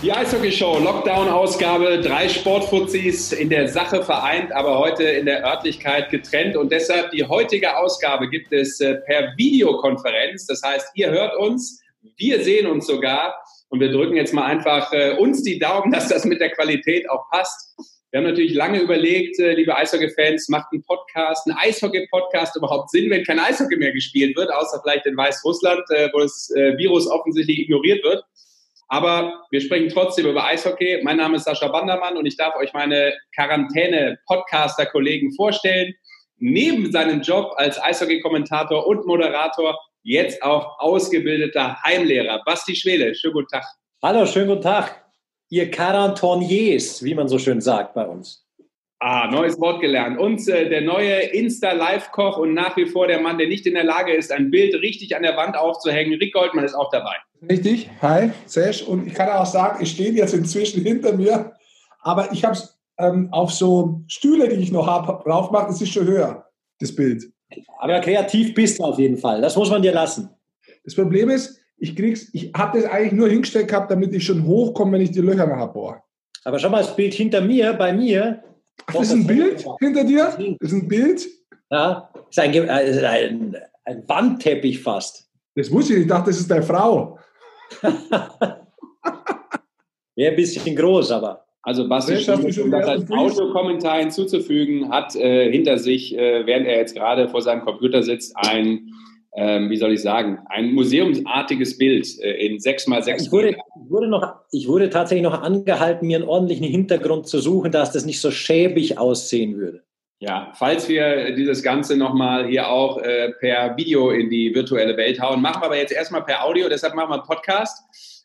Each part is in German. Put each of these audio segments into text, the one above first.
Die Eishockey-Show, Lockdown-Ausgabe, 3 Sportfuzis in der Sache vereint, aber heute in der Örtlichkeit getrennt. Und deshalb die heutige Ausgabe gibt es per Videokonferenz. Das heißt, ihr hört uns, wir sehen uns sogar. Und wir drücken jetzt mal einfach uns die Daumen, dass das mit der Qualität auch passt. Wir haben natürlich lange überlegt, liebe Eishockey-Fans, macht ein Podcast, ein Eishockey-Podcast überhaupt Sinn, wenn kein Eishockey mehr gespielt wird, außer vielleicht in Weißrussland, wo das Virus offensichtlich ignoriert wird. Aber wir sprechen trotzdem über Eishockey. Mein Name ist Sascha Bandermann und ich darf euch meine Quarantäne-Podcaster-Kollegen vorstellen. Neben seinem Job als Eishockey-Kommentator und Moderator jetzt auch ausgebildeter Heimlehrer. Basti Schwede, schönen guten Tag. Hallo, schönen guten Tag. Ihr Quarantoniers, wie man so schön sagt bei uns. Neues Wort gelernt. Und der neue Insta-Live-Koch und nach wie vor der Mann, der nicht in der Lage ist, ein Bild richtig an der Wand aufzuhängen. Rick Goldmann ist auch dabei. Richtig, hi, Sesh. Und ich kann auch sagen, es steht jetzt inzwischen hinter mir, aber ich habe es auf so Stühle, die ich noch habe, drauf gemacht, es ist schon höher, das Bild. Aber kreativ bist du auf jeden Fall, das muss man dir lassen. Das Problem ist, ich habe das eigentlich nur hingestellt gehabt, damit ich schon hochkomme, wenn ich die Löcher nachher bohre. Aber schau mal, das Bild hinter mir, bei mir. Ach, das ist ein Bild hinter dir? Das ist ein Bild? Ja, das ist ein Wandteppich fast. Das wusste ich nicht, ich dachte, das ist deine Frau. Wäre ein bisschen groß, aber. Also Basti, um das als Audiokommentar hinzuzufügen, hat hinter sich, während er jetzt gerade vor seinem Computer sitzt, ein museumsartiges Bild in 6x6. Ich wurde tatsächlich noch angehalten, mir einen ordentlichen Hintergrund zu suchen, dass das nicht so schäbig aussehen würde. Ja, falls wir dieses Ganze nochmal hier auch per Video in die virtuelle Welt hauen, machen wir aber jetzt erstmal per Audio, deshalb machen wir einen Podcast.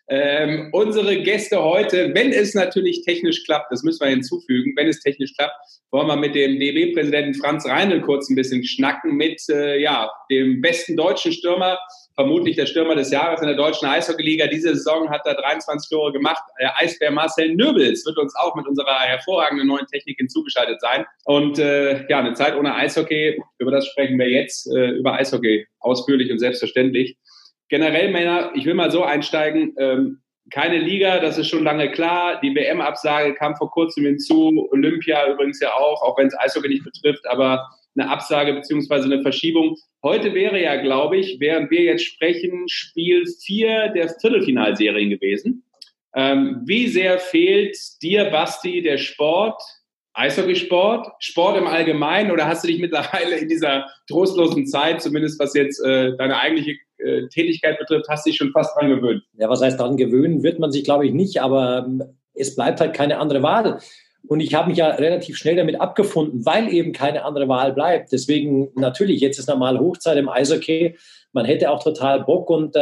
Unsere Gäste heute, wenn es natürlich technisch klappt, das müssen wir hinzufügen, wenn es technisch klappt, wollen wir mit dem DEB-Präsidenten Franz Reindl kurz ein bisschen schnacken mit dem besten deutschen Stürmer, vermutlich der Stürmer des Jahres in der deutschen Eishockeyliga. Diese Saison hat er 23 Tore gemacht. Eisbär Marcel Nöbels wird uns auch mit unserer hervorragenden neuen Technik hinzugeschaltet sein. Und eine Zeit ohne Eishockey, über das sprechen wir jetzt, über Eishockey ausführlich und selbstverständlich. Generell, Männer, ich will mal so einsteigen, keine Liga, das ist schon lange klar. Die WM-Absage kam vor kurzem hinzu, Olympia übrigens ja auch wenn es Eishockey nicht betrifft, aber eine Absage beziehungsweise eine Verschiebung. Heute wäre ja, glaube ich, während wir jetzt sprechen, Spiel 4 der Viertelfinalserien gewesen. Wie sehr fehlt dir, Basti, der Sport, Eishockeysport, Sport im Allgemeinen, oder hast du dich mittlerweile in dieser trostlosen Zeit, zumindest was jetzt deine eigentliche Tätigkeit betrifft, hast du dich schon fast dran gewöhnt? Ja, was heißt dran gewöhnen, wird man sich, glaube ich, nicht, aber es bleibt halt keine andere Wahl. Und ich habe mich ja relativ schnell damit abgefunden, weil eben keine andere Wahl bleibt. Deswegen natürlich, jetzt ist normal Hochzeit im Eishockey. Man hätte auch total Bock und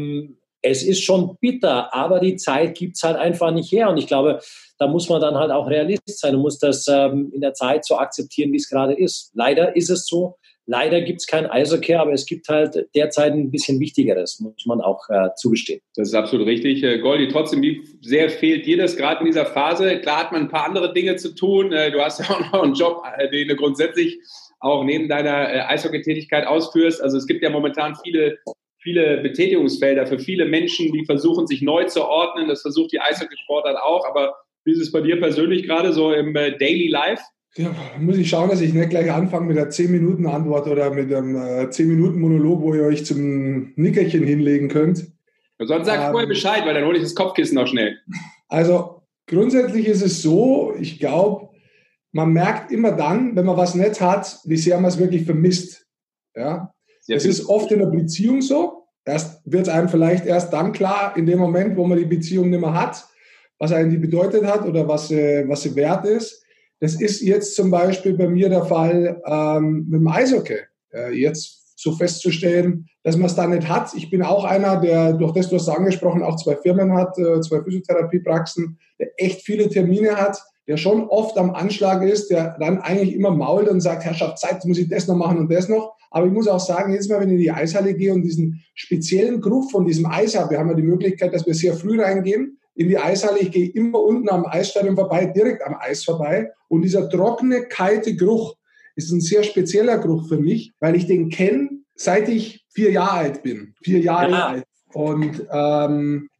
es ist schon bitter, aber die Zeit gibt es halt einfach nicht her. Und ich glaube, da muss man dann halt auch Realist sein und muss das in der Zeit so akzeptieren, wie es gerade ist. Leider ist es so. Leider gibt es kein Eishockey, aber es gibt halt derzeit ein bisschen Wichtigeres, muss man auch zugestehen. Das ist absolut richtig. Goldi, trotzdem, wie sehr fehlt dir das gerade in dieser Phase? Klar hat man ein paar andere Dinge zu tun. Du hast ja auch noch einen Job, den du grundsätzlich auch neben deiner Eishockey-Tätigkeit ausführst. Also es gibt ja momentan viele Betätigungsfelder für viele Menschen, die versuchen, sich neu zu ordnen. Das versucht die Eishockeysportart auch. Aber wie ist es bei dir persönlich gerade so im Daily Life? Ja, muss ich schauen, dass ich nicht gleich anfange mit einer 10-Minuten-Antwort oder mit einem 10-Minuten-Monolog, wo ihr euch zum Nickerchen hinlegen könnt. Sonst sag vorher Bescheid, weil dann hole ich das Kopfkissen noch schnell. Also grundsätzlich ist es so, ich glaube, man merkt immer dann, wenn man was nicht hat, wie sehr man es wirklich vermisst. Ja? Es ist oft in der Beziehung so. Erst wird es einem vielleicht erst dann klar, in dem Moment, wo man die Beziehung nicht mehr hat, was einem die bedeutet hat oder was sie wert ist. Das ist jetzt zum Beispiel bei mir der Fall mit dem Eishockey. Jetzt so festzustellen, dass man es da nicht hat. Ich bin auch einer, der, durch das du hast angesprochen, auch 2 Firmen hat, 2 Physiotherapiepraxen, der echt viele Termine hat, der schon oft am Anschlag ist, der dann eigentlich immer mault und sagt, Herrschaft, Zeit, muss ich das noch machen und das noch. Aber ich muss auch sagen, jedes Mal, wenn ich in die Eishalle gehe und diesen speziellen Geruch von diesem Eis habe, wir haben ja die Möglichkeit, dass wir sehr früh reingehen, in die Eishalle. Ich gehe immer unten am Eisstadion vorbei, direkt am Eis vorbei. Und dieser trockene, kalte Geruch ist ein sehr spezieller Geruch für mich, weil ich den kenne, seit ich 4 Jahre alt bin. 4 Jahre alt. Und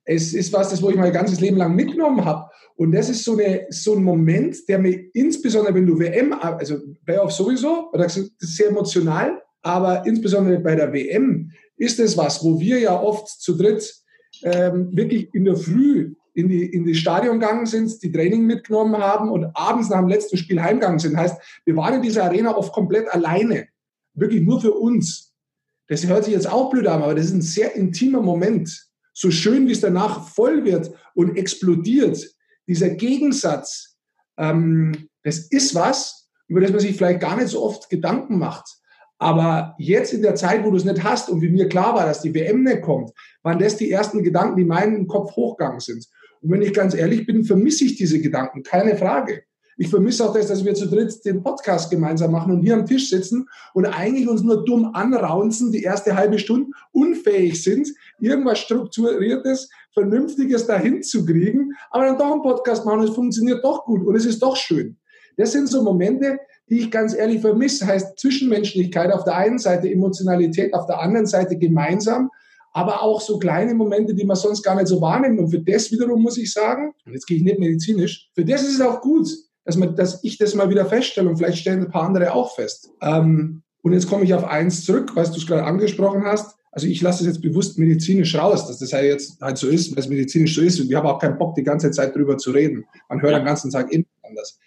Es ist was, wo ich mein ganzes Leben lang mitgenommen habe. Und das ist so ein Moment, der mir insbesondere, wenn du WM, also Playoff sowieso, das ist sehr emotional, aber insbesondere bei der WM ist es was, wo wir ja oft zu dritt wirklich in der Früh in die Stadion gegangen sind, die Training mitgenommen haben und abends nach dem letzten Spiel heimgegangen sind. Heißt, wir waren in dieser Arena oft komplett alleine. Wirklich nur für uns. Das hört sich jetzt auch blöd an, aber das ist ein sehr intimer Moment. So schön, wie es danach voll wird und explodiert. Dieser Gegensatz, das ist was, über das man sich vielleicht gar nicht so oft Gedanken macht. Aber jetzt in der Zeit, wo du es nicht hast und wie mir klar war, dass die WM nicht kommt, waren das die ersten Gedanken, die meinen Kopf hochgegangen sind. Und wenn ich ganz ehrlich bin, vermisse ich diese Gedanken, keine Frage. Ich vermisse auch das, dass wir zu dritt den Podcast gemeinsam machen und hier am Tisch sitzen und eigentlich uns nur dumm anraunzen, die erste halbe Stunde unfähig sind, irgendwas Strukturiertes, Vernünftiges dahin zu kriegen, aber dann doch einen Podcast machen und es funktioniert doch gut und es ist doch schön. Das sind so Momente, die ich ganz ehrlich vermisse. Heißt Zwischenmenschlichkeit auf der einen Seite, Emotionalität auf der anderen Seite gemeinsam, aber auch so kleine Momente, die man sonst gar nicht so wahrnimmt. Und für das wiederum muss ich sagen, und jetzt gehe ich nicht medizinisch, für das ist es auch gut, dass ich das mal wieder feststelle und vielleicht stellen ein paar andere auch fest. Und jetzt komme ich auf eins zurück, was du es gerade angesprochen hast. Also ich lasse es jetzt bewusst medizinisch raus, dass das jetzt halt so ist, weil es medizinisch so ist. Und wir haben auch keinen Bock, die ganze Zeit drüber zu reden. Man hört den ganzen Tag anders.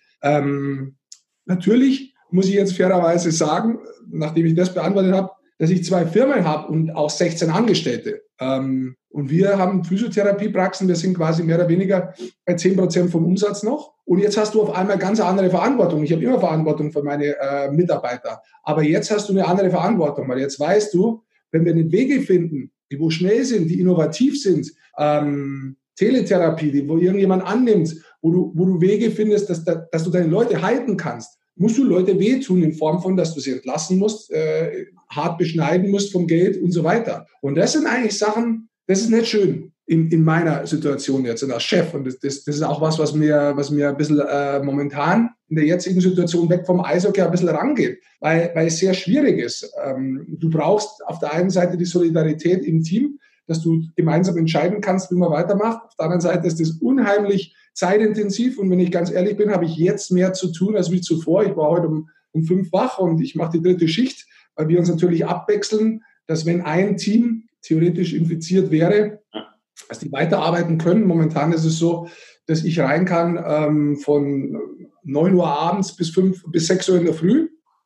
Natürlich muss ich jetzt fairerweise sagen, nachdem ich das beantwortet habe, dass ich 2 Firmen habe und auch 16 Angestellte. Und wir haben Physiotherapiepraxen, wir sind quasi mehr oder weniger bei 10% vom Umsatz noch. Und jetzt hast du auf einmal ganz andere Verantwortung. Ich habe immer Verantwortung für meine Mitarbeiter. Aber jetzt hast du eine andere Verantwortung, weil jetzt weißt du, wenn wir nicht Wege finden, die wo schnell sind, die innovativ sind, Teletherapie, wo irgendjemand annimmt, wo du Wege findest, dass du deine Leute halten kannst, musst du Leute wehtun in Form von, dass du sie entlassen musst, hart beschneiden musst vom Geld und so weiter. Und das sind eigentlich Sachen, das ist nicht schön in meiner Situation jetzt als Chef. Und das ist auch was mir ein bisschen momentan in der jetzigen Situation weg vom Eishockey ein bisschen rangeht, weil es sehr schwierig ist. Du brauchst auf der einen Seite die Solidarität im Team, dass du gemeinsam entscheiden kannst, wie man weitermacht. Auf der anderen Seite ist das unheimlich zeitintensiv und wenn ich ganz ehrlich bin, habe ich jetzt mehr zu tun als wie zuvor. Ich war heute um 5 wach und ich mache die 3. Schicht, weil wir uns natürlich abwechseln, dass wenn ein Team theoretisch infiziert wäre, dass die weiterarbeiten können. Momentan ist es so, dass ich rein kann von 9 Uhr abends bis 6 Uhr in der Früh.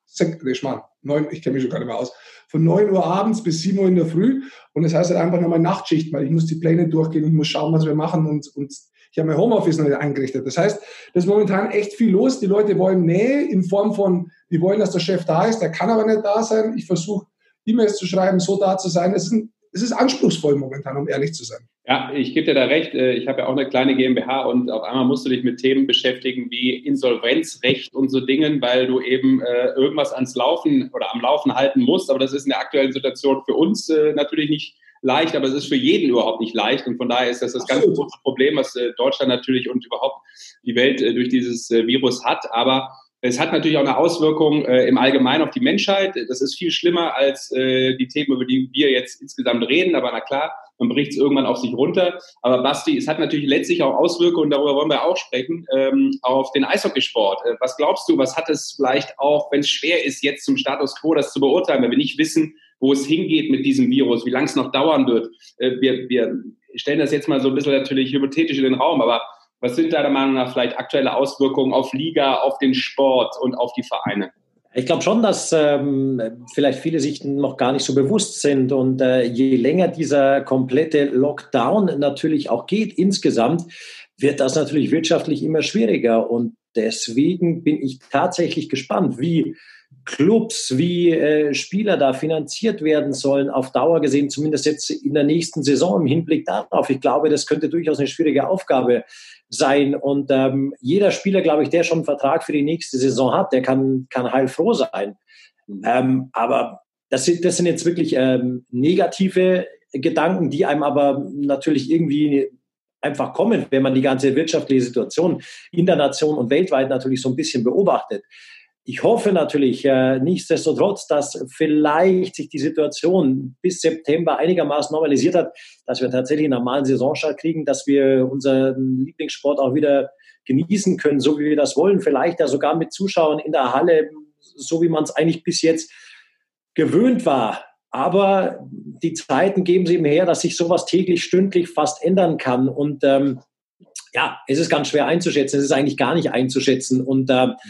Ich kenne mich schon gar nicht mehr aus. Von 9 Uhr abends bis 7 Uhr in der Früh. Und das heißt halt einfach nochmal Nachtschicht, weil ich muss die Pläne durchgehen, ich muss schauen, was wir machen und ich habe mein Homeoffice noch nicht eingerichtet. Das heißt, da ist momentan echt viel los. Die Leute wollen Nähe in Form von, die wollen, dass der Chef da ist, der kann aber nicht da sein. Ich versuche, E-Mails zu schreiben, so da zu sein. Es ist anspruchsvoll momentan, um ehrlich zu sein. Ja, ich gebe dir da recht. Ich habe ja auch eine kleine GmbH und auf einmal musst du dich mit Themen beschäftigen wie Insolvenzrecht und so Dingen, weil du eben irgendwas am Laufen halten musst. Aber das ist in der aktuellen Situation für uns natürlich nicht leicht, aber es ist für jeden überhaupt nicht leicht. Und von daher ist das ganz große Problem, was Deutschland natürlich und überhaupt die Welt durch dieses Virus hat. Aber es hat natürlich auch eine Auswirkung im Allgemeinen auf die Menschheit. Das ist viel schlimmer als die Themen, über die wir jetzt insgesamt reden. Aber na klar, man bricht es irgendwann auf sich runter. Aber Basti, es hat natürlich letztlich auch Auswirkungen, darüber wollen wir auch sprechen, auf den Eishockeysport. Was glaubst du, was hat es vielleicht auch, wenn es schwer ist, jetzt zum Status quo das zu beurteilen, wenn wir nicht wissen, wo es hingeht mit diesem Virus, wie lange es noch dauern wird? Wir stellen das jetzt mal so ein bisschen natürlich hypothetisch in den Raum, aber was sind deiner Meinung nach vielleicht aktuelle Auswirkungen auf Liga, auf den Sport und auf die Vereine? Ich glaube schon, dass vielleicht viele sich noch gar nicht so bewusst sind und je länger dieser komplette Lockdown natürlich auch geht insgesamt, wird das natürlich wirtschaftlich immer schwieriger und deswegen bin ich tatsächlich gespannt, wie Clubs, wie Spieler da finanziert werden sollen, auf Dauer gesehen, zumindest jetzt in der nächsten Saison im Hinblick darauf. Ich glaube, das könnte durchaus eine schwierige Aufgabe sein. Und jeder Spieler, glaube ich, der schon einen Vertrag für die nächste Saison hat, der kann heilfroh sein. Aber das sind jetzt wirklich negative Gedanken, die einem aber natürlich irgendwie einfach kommen, wenn man die ganze wirtschaftliche Situation in der Nation und weltweit natürlich so ein bisschen beobachtet. Ich hoffe natürlich nichtsdestotrotz, dass vielleicht sich die Situation bis September einigermaßen normalisiert hat, dass wir tatsächlich einen normalen Saisonstart kriegen, dass wir unseren Lieblingssport auch wieder genießen können, so wie wir das wollen. Vielleicht ja sogar mit Zuschauern in der Halle, so wie man es eigentlich bis jetzt gewöhnt war. Aber die Zeiten geben sie eben her, dass sich sowas täglich, stündlich fast ändern kann. Und es ist ganz schwer einzuschätzen. Es ist eigentlich gar nicht einzuschätzen. Und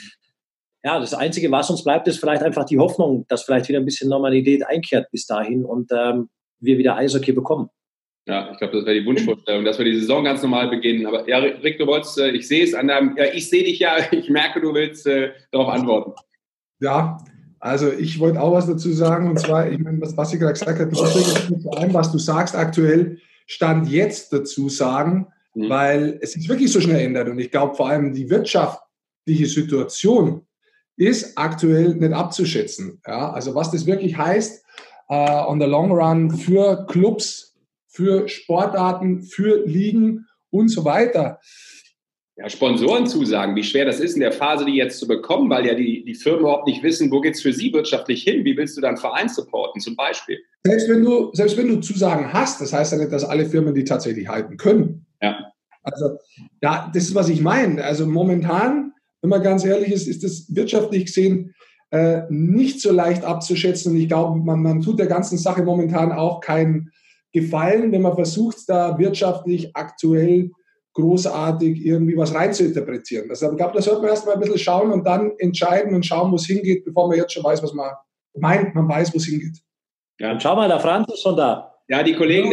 das Einzige, was uns bleibt, ist vielleicht einfach die Hoffnung, dass vielleicht wieder ein bisschen Normalität einkehrt bis dahin und wir wieder Eishockey bekommen. Ja, ich glaube, das wäre die Wunschvorstellung, dass wir die Saison ganz normal beginnen. Aber ja, Rick, du wolltest, ich sehe es an deinem, ich sehe dich ja, ich merke, du willst darauf antworten. Ja, also ich wollte auch was dazu sagen. Und zwar, ich meine, was ich gerade gesagt habe, ich will vor allem, was du sagst, aktuell Stand jetzt dazu sagen, weil es sich wirklich so schnell ändert. Und ich glaube, vor allem die wirtschaftliche Situation ist aktuell nicht abzuschätzen. Ja? Also was das wirklich heißt on the long run für Clubs, für Sportarten, für Ligen und so weiter. Ja, Sponsorenzusagen, wie schwer das ist in der Phase, die jetzt zu bekommen, weil ja die Firmen überhaupt nicht wissen, wo geht es für sie wirtschaftlich hin, wie willst du dann Verein supporten zum Beispiel? Selbst wenn du Zusagen hast, das heißt ja nicht, dass alle Firmen die tatsächlich halten können. Ja. Also ja, das ist, was ich meine. Also momentan, wenn man ganz ehrlich ist das wirtschaftlich gesehen nicht so leicht abzuschätzen. Und ich glaube, man tut der ganzen Sache momentan auch keinen Gefallen, wenn man versucht, da wirtschaftlich aktuell großartig irgendwie was rein zu interpretieren. Also ich glaube, da sollte man erst mal ein bisschen schauen und dann entscheiden und schauen, wo es hingeht, bevor man jetzt schon weiß, was man meint, man weiß, wo es hingeht. Ja. Und schau mal, der Franz ist schon da. Ja, die Kollegen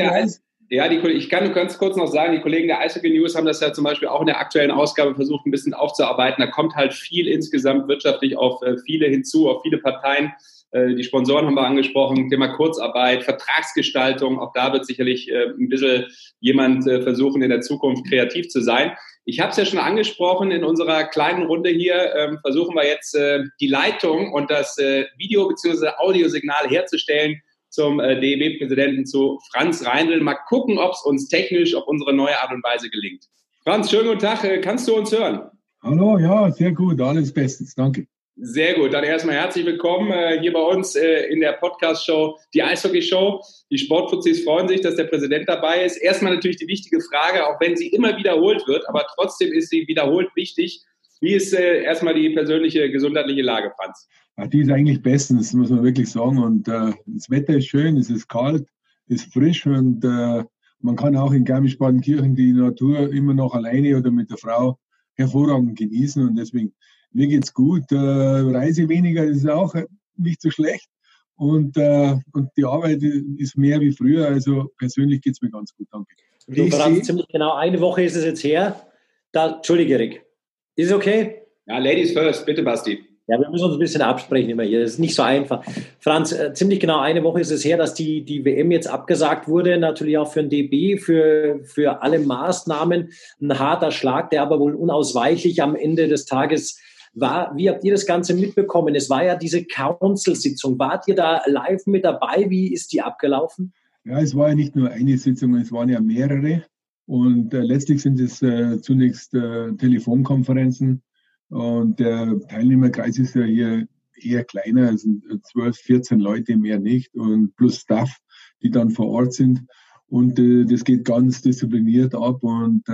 ich kann ganz kurz noch sagen, die Kollegen der Eishockey News haben das ja zum Beispiel auch in der aktuellen Ausgabe versucht, ein bisschen aufzuarbeiten. Da kommt halt viel insgesamt wirtschaftlich auf viele hinzu, auf viele Parteien. Die Sponsoren haben wir angesprochen, Thema Kurzarbeit, Vertragsgestaltung. Auch da wird sicherlich ein bisschen jemand versuchen, in der Zukunft kreativ zu sein. Ich habe es ja schon angesprochen, in unserer kleinen Runde hier versuchen wir jetzt die Leitung und das Video- bzw. Audiosignal herzustellen zum DEB-Präsidenten, zu Franz Reindl. Mal gucken, ob es uns technisch auf unsere neue Art und Weise gelingt. Franz, schönen guten Tag. Kannst du uns hören? Hallo, ja, sehr gut. Alles bestens. Danke. Sehr gut. Dann erstmal herzlich willkommen hier bei uns in der Podcast-Show, die Eishockey-Show. Die Sportfuzis freuen sich, dass der Präsident dabei ist. Erstmal natürlich die wichtige Frage, auch wenn sie immer wiederholt wird, aber trotzdem ist sie wiederholt wichtig. Wie ist erstmal die persönliche gesundheitliche Lage, Franz? Ja, die ist eigentlich bestens, muss man wirklich sagen. Und das Wetter ist schön, es ist kalt, es ist frisch und man kann auch in Garmisch-Partenkirchen die Natur immer noch alleine oder mit der Frau hervorragend genießen. Und deswegen, mir geht's gut. Reise weniger ist auch nicht so schlecht. Und die Arbeit ist mehr wie früher. Also persönlich geht's mir ganz gut, danke. Du, Franz, ziemlich genau eine Woche ist es jetzt her. Entschuldige, Rick. Ist es okay? Ja, Ladies first, bitte, Basti. Ja, wir müssen uns ein bisschen absprechen immer hier. Das ist nicht so einfach. Franz, ziemlich genau eine Woche ist es her, dass die WM jetzt abgesagt wurde. Natürlich auch für den DB, für alle Maßnahmen. Ein harter Schlag, der aber wohl unausweichlich am Ende des Tages war. Wie habt ihr das Ganze mitbekommen? Es war ja diese Council-Sitzung. Wart ihr da live mit dabei? Wie ist die abgelaufen? Ja, es war ja nicht nur eine Sitzung, es waren ja mehrere. Und letztlich sind es zunächst Telefonkonferenzen. Und der Teilnehmerkreis ist ja hier eher kleiner, also 12, 14 Leute, mehr nicht. Und plus Staff, die dann vor Ort sind. Und das geht ganz diszipliniert ab. Und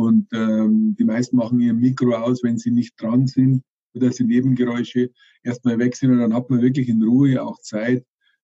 die meisten machen ihr Mikro aus, wenn sie nicht dran sind, oder die Nebengeräusche erstmal weg sind. Und dann hat man wirklich in Ruhe auch Zeit,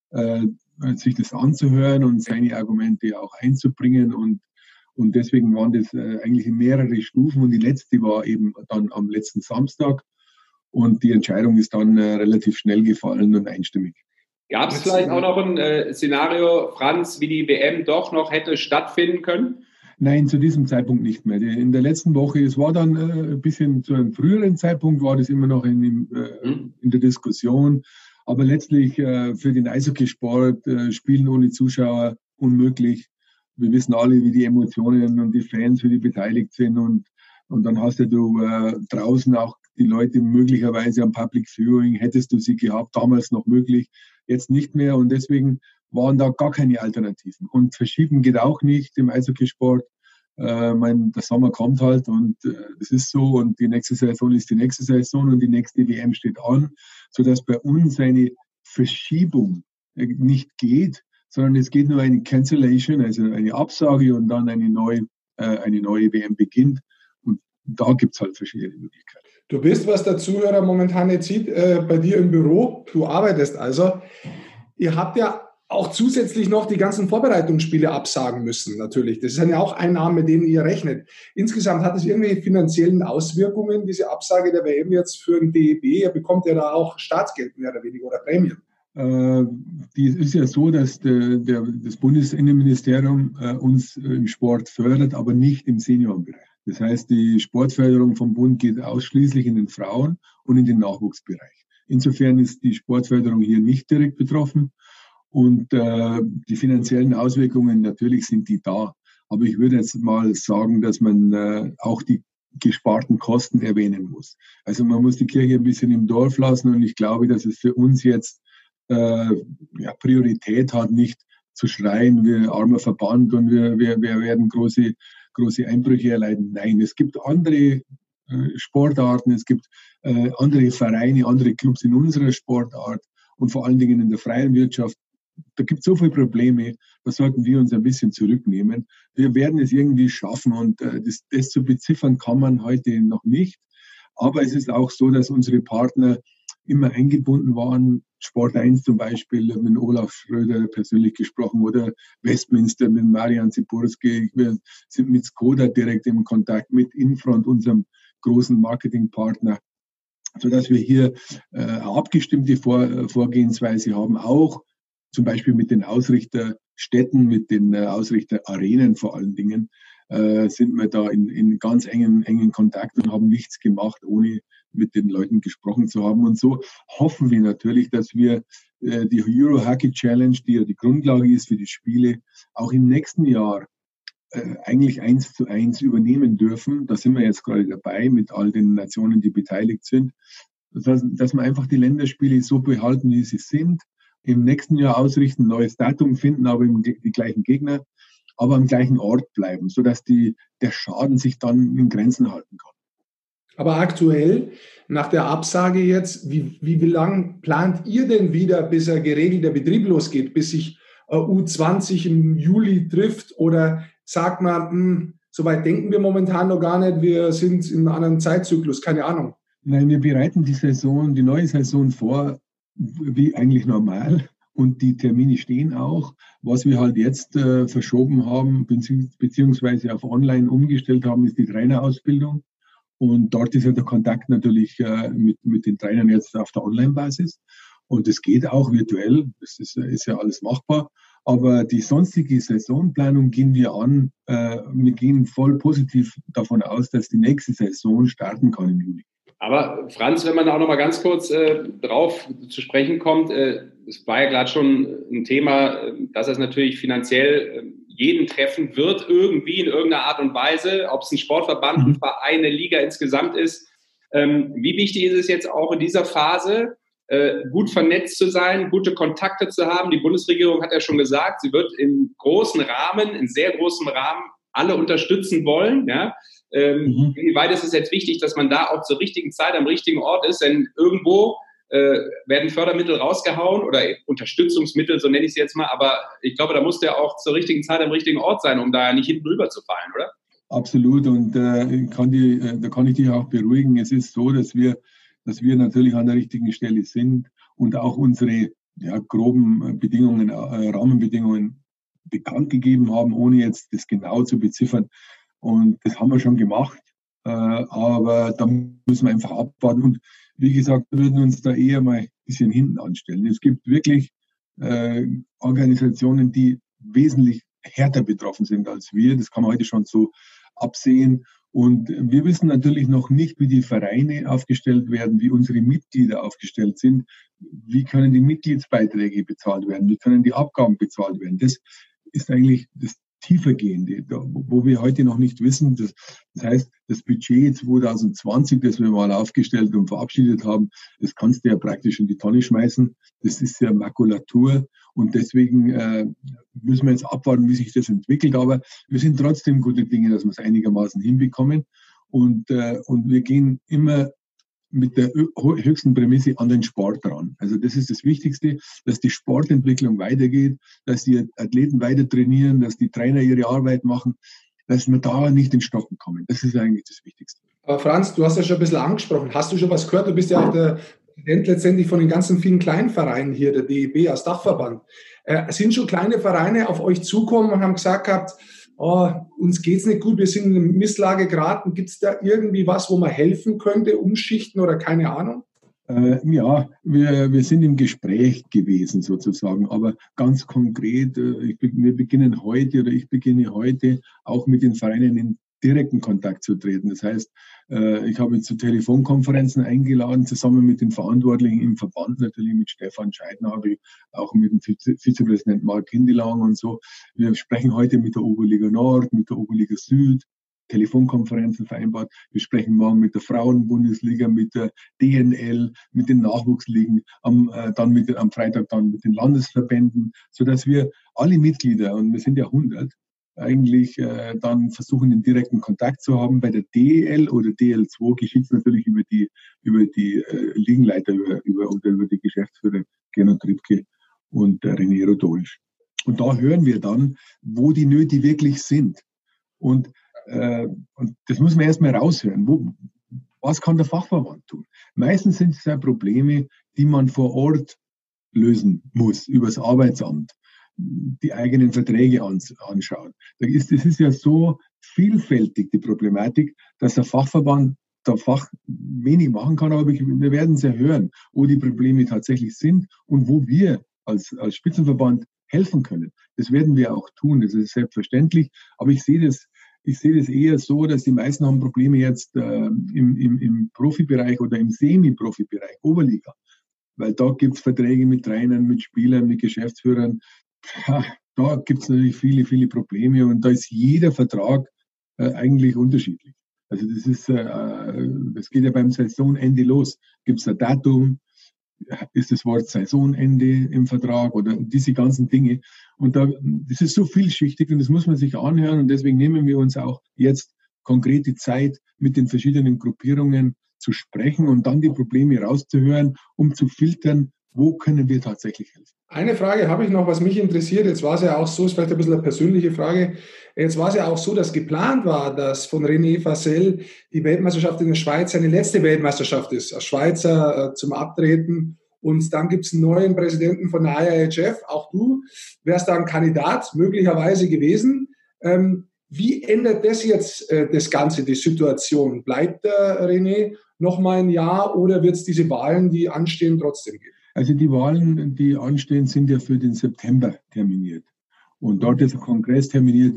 sich das anzuhören und seine Argumente auch einzubringen. Und deswegen waren das eigentlich mehrere Stufen. Und die letzte war eben dann am letzten Samstag. Und die Entscheidung ist dann relativ schnell gefallen und einstimmig. Gab es vielleicht auch noch ein Szenario, Franz, wie die WM doch noch hätte stattfinden können? Nein, zu diesem Zeitpunkt nicht mehr. In der letzten Woche, es war dann ein bisschen zu einem früheren Zeitpunkt, war das immer noch in der Diskussion. Aber letztlich für den Eishockeysport Spielen ohne Zuschauer unmöglich. Wir wissen alle, wie die Emotionen und die Fans, wie die beteiligt sind. Und dann hast du draußen auch die Leute möglicherweise am Public Viewing. Hättest du sie gehabt, damals noch möglich, jetzt nicht mehr. Und deswegen waren da gar keine Alternativen. Und verschieben geht auch nicht im Eishockeysport. Der Sommer kommt halt und das ist so und die nächste Saison ist die nächste Saison und die nächste WM steht an, sodass bei uns eine Verschiebung nicht geht, sondern es geht nur eine Cancellation, also eine Absage und dann eine neue WM beginnt. Und da gibt es halt verschiedene Möglichkeiten. Du bist, was der Zuhörer momentan jetzt sieht, bei dir im Büro, du arbeitest also. Ihr habt ja auch zusätzlich noch die ganzen Vorbereitungsspiele absagen müssen, natürlich. Das sind ja auch Einnahmen, mit denen ihr rechnet. Insgesamt hat es irgendwelche finanziellen Auswirkungen, diese Absage der WM jetzt für den DEB? Ihr bekommt ja da auch Staatsgeld mehr oder weniger oder Prämien. Es ist ja so, dass das Bundesinnenministerium uns im Sport fördert, aber nicht im Seniorenbereich. Das heißt, die Sportförderung vom Bund geht ausschließlich in den Frauen- und in den Nachwuchsbereich. Insofern ist die Sportförderung hier nicht direkt betroffen und die finanziellen Auswirkungen natürlich sind die da. Aber ich würde jetzt mal sagen, dass man auch die gesparten Kosten erwähnen muss. Also man muss die Kirche ein bisschen im Dorf lassen und ich glaube, dass es für uns jetzt Priorität hat, nicht zu schreien, wir armer Verband und wir werden große Einbrüche erleiden. Nein, es gibt andere Sportarten, es gibt andere Vereine, andere Clubs in unserer Sportart und vor allen Dingen in der freien Wirtschaft. Da gibt es so viele Probleme, da sollten wir uns ein bisschen zurücknehmen. Wir werden es irgendwie schaffen und das zu beziffern kann man heute noch nicht. Aber es ist auch so, dass unsere Partner immer eingebunden waren. Sport 1 zum Beispiel, mit Olaf Schröder persönlich gesprochen oder Westminster mit Marian Siburski. Wir sind mit Skoda direkt im Kontakt, mit Infront, unserem großen Marketingpartner, sodass wir hier abgestimmte Vorgehensweise haben, auch zum Beispiel mit den Ausrichterstädten, mit den Ausrichterarenen vor allen Dingen, sind wir da in ganz engen Kontakt und haben nichts gemacht, ohne mit den Leuten gesprochen zu haben. Und so hoffen wir natürlich, dass wir die Euro Hockey Challenge, die ja die Grundlage ist für die Spiele, auch im nächsten Jahr eigentlich 1:1 übernehmen dürfen. Da sind wir jetzt gerade dabei mit all den Nationen, die beteiligt sind. Dass wir einfach die Länderspiele so behalten, wie sie sind, im nächsten Jahr ausrichten, neues Datum finden, aber die gleichen Gegner, aber am gleichen Ort bleiben, sodass der Schaden sich dann in Grenzen halten kann. Aber aktuell, nach der Absage jetzt, wie lang plant ihr denn wieder, bis ein geregelter Betrieb losgeht, bis sich U20 im Juli trifft? Oder sagt man, so weit denken wir momentan noch gar nicht, wir sind in einem anderen Zeitzyklus, keine Ahnung. Nein, wir bereiten die neue Saison vor, wie eigentlich normal. Und die Termine stehen auch. Was wir halt jetzt verschoben haben, beziehungsweise auf online umgestellt haben, ist die Trainerausbildung. Und dort ist ja der Kontakt natürlich mit den Trainern jetzt auf der Online-Basis. Und es geht auch virtuell. Das ist ja alles machbar. Aber die sonstige Saisonplanung gehen wir an. Wir gehen voll positiv davon aus, dass die nächste Saison starten kann im Juli. Aber Franz, wenn man auch noch mal ganz kurz drauf zu sprechen kommt, es war ja gerade schon ein Thema, dass es natürlich finanziell jeden treffen wird, irgendwie in irgendeiner Art und Weise, ob es ein Sportverband, ein Verein, eine Liga insgesamt ist. Wie wichtig ist es jetzt auch in dieser Phase, gut vernetzt zu sein, gute Kontakte zu haben? Die Bundesregierung hat ja schon gesagt, sie wird in sehr großem Rahmen alle unterstützen wollen. Ja? Inwieweit ist es jetzt wichtig, dass man da auch zur richtigen Zeit am richtigen Ort ist? Denn irgendwo werden Fördermittel rausgehauen oder Unterstützungsmittel, so nenne ich es jetzt mal. Aber ich glaube, da muss der auch zur richtigen Zeit am richtigen Ort sein, um da nicht hinten rüber zu fallen, oder? Absolut. Und da kann ich dich auch beruhigen. Es ist so, dass wir natürlich an der richtigen Stelle sind und auch unsere groben Bedingungen, Rahmenbedingungen bekannt gegeben haben, ohne jetzt das genau zu beziffern. Und das haben wir schon gemacht, aber da müssen wir einfach abwarten. Und wie gesagt, wir würden uns da eher mal ein bisschen hinten anstellen. Es gibt wirklich Organisationen, die wesentlich härter betroffen sind als wir. Das kann man heute schon so absehen. Und wir wissen natürlich noch nicht, wie die Vereine aufgestellt werden, wie unsere Mitglieder aufgestellt sind. Wie können die Mitgliedsbeiträge bezahlt werden? Wie können die Abgaben bezahlt werden? Das ist eigentlich das Tiefergehende, wo wir heute noch nicht wissen. Das heißt, das Budget 2020, das wir mal aufgestellt und verabschiedet haben, das kannst du ja praktisch in die Tonne schmeißen. Das ist ja Makulatur. Und deswegen müssen wir jetzt abwarten, wie sich das entwickelt. Aber wir sind trotzdem gute Dinge, dass wir es einigermaßen hinbekommen. Und wir gehen immer mit der höchsten Prämisse an den Sport ran. Also das ist das Wichtigste, dass die Sportentwicklung weitergeht, dass die Athleten weiter trainieren, dass die Trainer ihre Arbeit machen, dass wir da nicht in Stocken kommen. Das ist eigentlich das Wichtigste. Aber Franz, du hast ja schon ein bisschen angesprochen. Hast du schon was gehört? Du bist ja auch der Präsident letztendlich von den ganzen vielen kleinen Vereinen hier, der DEB als Dachverband. Sind schon kleine Vereine auf euch zukommen und haben gesagt gehabt, uns geht's nicht gut, wir sind in eine Misslage geraten. Gibt es da irgendwie was, wo man helfen könnte, umschichten oder keine Ahnung? Ja, wir sind im Gespräch gewesen sozusagen, aber ganz konkret, ich beginne heute auch mit den Vereinen in direkten Kontakt zu treten. Das heißt, ich habe zu Telefonkonferenzen eingeladen, zusammen mit den Verantwortlichen im Verband, natürlich mit Stefan Scheidnagel, auch mit dem Vizepräsidenten Marc Hindelang und so. Wir sprechen heute mit der Oberliga Nord, mit der Oberliga Süd, Telefonkonferenzen vereinbart. Wir sprechen morgen mit der Frauenbundesliga, mit der DNL, mit den Nachwuchsligen, am Freitag dann mit den Landesverbänden, sodass wir alle Mitglieder, und wir sind ja 100, eigentlich dann versuchen, den direkten Kontakt zu haben. Bei der DEL oder DL2 geschieht es natürlich über die Ligenleiter, über die Geschäftsführer Gernot Triebke und René Rodolisch. Und da hören wir dann, wo die Nöte wirklich sind. Und das muss man erstmal raushören. Was kann der Fachverband tun? Meistens sind es ja Probleme, die man vor Ort lösen muss, übers Arbeitsamt, die eigenen Verträge anschauen. Das ist ja so vielfältig, die Problematik, dass der Fachverband wenig machen kann, aber wir werden es ja hören, wo die Probleme tatsächlich sind und wo wir als Spitzenverband helfen können. Das werden wir auch tun, das ist selbstverständlich, aber ich sehe das eher so, dass die meisten haben Probleme jetzt im Profibereich oder im Semi-Profibereich, Oberliga. Weil da gibt es Verträge mit Trainern, mit Spielern, mit Geschäftsführern. Ja, da gibt es natürlich viele, viele Probleme und da ist jeder Vertrag eigentlich unterschiedlich. Also das geht ja beim Saisonende los. Gibt es ein Datum? Ist das Wort Saisonende im Vertrag oder diese ganzen Dinge? Und das ist so vielschichtig und das muss man sich anhören und deswegen nehmen wir uns auch jetzt konkrete Zeit, mit den verschiedenen Gruppierungen zu sprechen und dann die Probleme rauszuhören, um zu filtern, wo können wir tatsächlich helfen. Eine Frage habe ich noch, was mich interessiert. Jetzt war es ja auch so, ist vielleicht ein bisschen eine persönliche Frage. Jetzt war es ja auch so, dass geplant war, dass von René Fasel die Weltmeisterschaft in der Schweiz seine letzte Weltmeisterschaft ist, als Schweizer zum Abtreten. Und dann gibt es einen neuen Präsidenten von der IIHF. Auch du wärst da ein Kandidat möglicherweise gewesen. Wie ändert das jetzt das Ganze, die Situation? Bleibt der René noch mal ein Jahr oder wird es diese Wahlen, die anstehen, trotzdem geben? Also die Wahlen, die anstehen, sind ja für den September terminiert. Und dort ist ein Kongress terminiert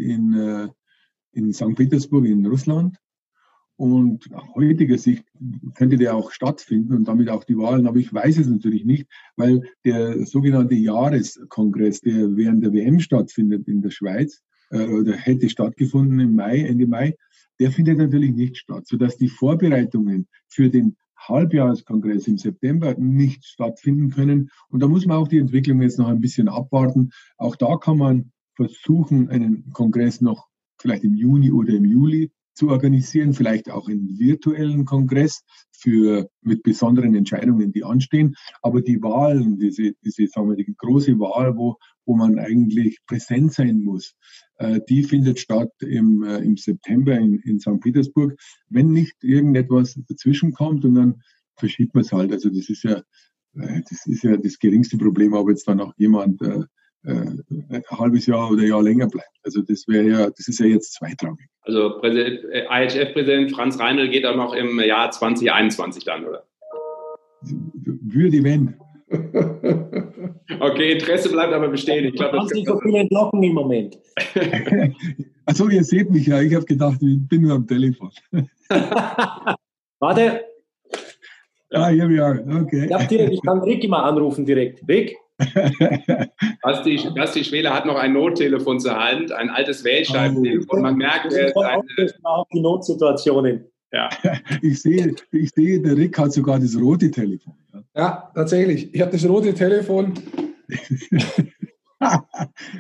in St. Petersburg in Russland. Und nach heutiger Sicht könnte der auch stattfinden und damit auch die Wahlen. Aber ich weiß es natürlich nicht, weil der sogenannte Jahreskongress, der während der WM stattfindet in der Schweiz, oder hätte stattgefunden im Mai, Ende Mai, der findet natürlich nicht statt, sodass die Vorbereitungen für den Halbjahreskongress im September nicht stattfinden können. Und da muss man auch die Entwicklung jetzt noch ein bisschen abwarten. Auch da kann man versuchen, einen Kongress noch vielleicht im Juni oder im Juli zu organisieren, vielleicht auch einen virtuellen Kongress mit besonderen Entscheidungen, die anstehen. Aber die Wahlen, diese sagen wir, die große Wahl, wo man eigentlich präsent sein muss, die findet statt im September in St. Petersburg. Wenn nicht irgendetwas dazwischen kommt und dann verschiebt man es halt. Also das ist ja das geringste Problem, ob jetzt dann auch jemand ein halbes Jahr oder ein Jahr länger bleibt. Also das ist ja jetzt zweitrangig. Also IHF-Präsident Franz Reinl geht auch noch im Jahr 2021 dann, oder? Würde, wenn. Okay, Interesse bleibt aber bestehen. Ich glaube, das nicht so viele entlocken im Moment. Achso, ihr seht mich ja. Ich habe gedacht, ich bin nur am Telefon. Warte. Ah, hier wir are. Okay. Ich kann Rick immer anrufen direkt. Rick? Basti Schwele hat noch ein Nottelefon zur Hand, ein altes Wählscheibentelefon. Man merkt, auch die Notsituationen. Ja. Ich sehe, der Rick hat sogar das rote Telefon. Ja, tatsächlich. Ich habe das rote Telefon.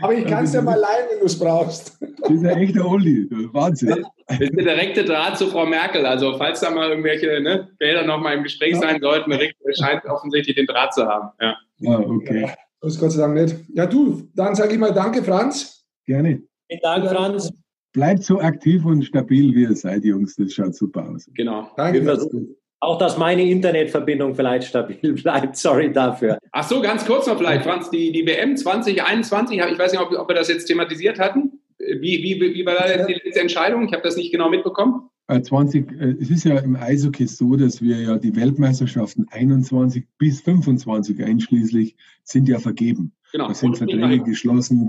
Aber ich kann es ja mal leihen, wenn du es brauchst. Das ist ein echter Oldie. Wahnsinn. Das ist der direkte Draht zu Frau Merkel. Also falls da mal irgendwelche Gelder noch mal im Gespräch sein sollten, Rick scheint offensichtlich den Draht zu haben. Ja, okay. Ja, das ist Gott sei Dank nicht. Ja, du, dann sage ich mal danke, Franz. Gerne. Vielen Dank, Franz. Bleibt so aktiv und stabil, wie ihr seid, Jungs. Das schaut super aus. genau. Danke. Auch, dass meine Internetverbindung vielleicht stabil bleibt. Sorry dafür. Ach so, ganz kurz noch vielleicht, Franz, die WM 2021, ich weiß nicht, ob wir das jetzt thematisiert hatten. Wie war da die letzte Entscheidung? Ich habe das nicht genau mitbekommen. Es ist ja im Eishockey so, dass wir ja die Weltmeisterschaften 21 bis 25 einschließlich sind ja vergeben. Genau. Es sind Verträge geschlossen.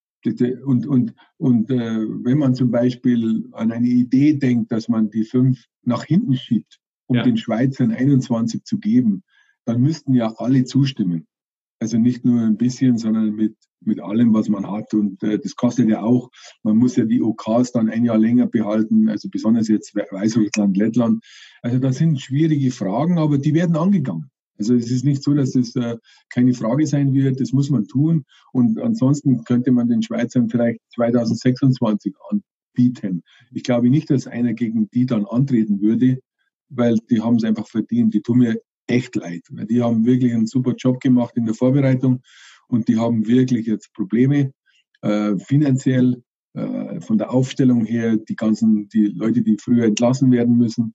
Und wenn man zum Beispiel an eine Idee denkt, dass man die 5 nach hinten schiebt, um den Schweizern 21 zu geben, dann müssten ja alle zustimmen. Also nicht nur ein bisschen, sondern mit allem, was man hat. Und das kostet ja auch, man muss ja die OKs dann ein Jahr länger behalten, also besonders jetzt Weißrussland, Lettland. Also das sind schwierige Fragen, aber die werden angegangen. Also es ist nicht so, dass das keine Frage sein wird, das muss man tun. Und ansonsten könnte man den Schweizern vielleicht 2026 anbieten. Ich glaube nicht, dass einer gegen die dann antreten würde, weil die haben es einfach verdient. Die tun mir echt leid. Weil die haben wirklich einen super Job gemacht in der Vorbereitung und die haben wirklich jetzt Probleme finanziell, von der Aufstellung her, die Leute, die früher entlassen werden müssen,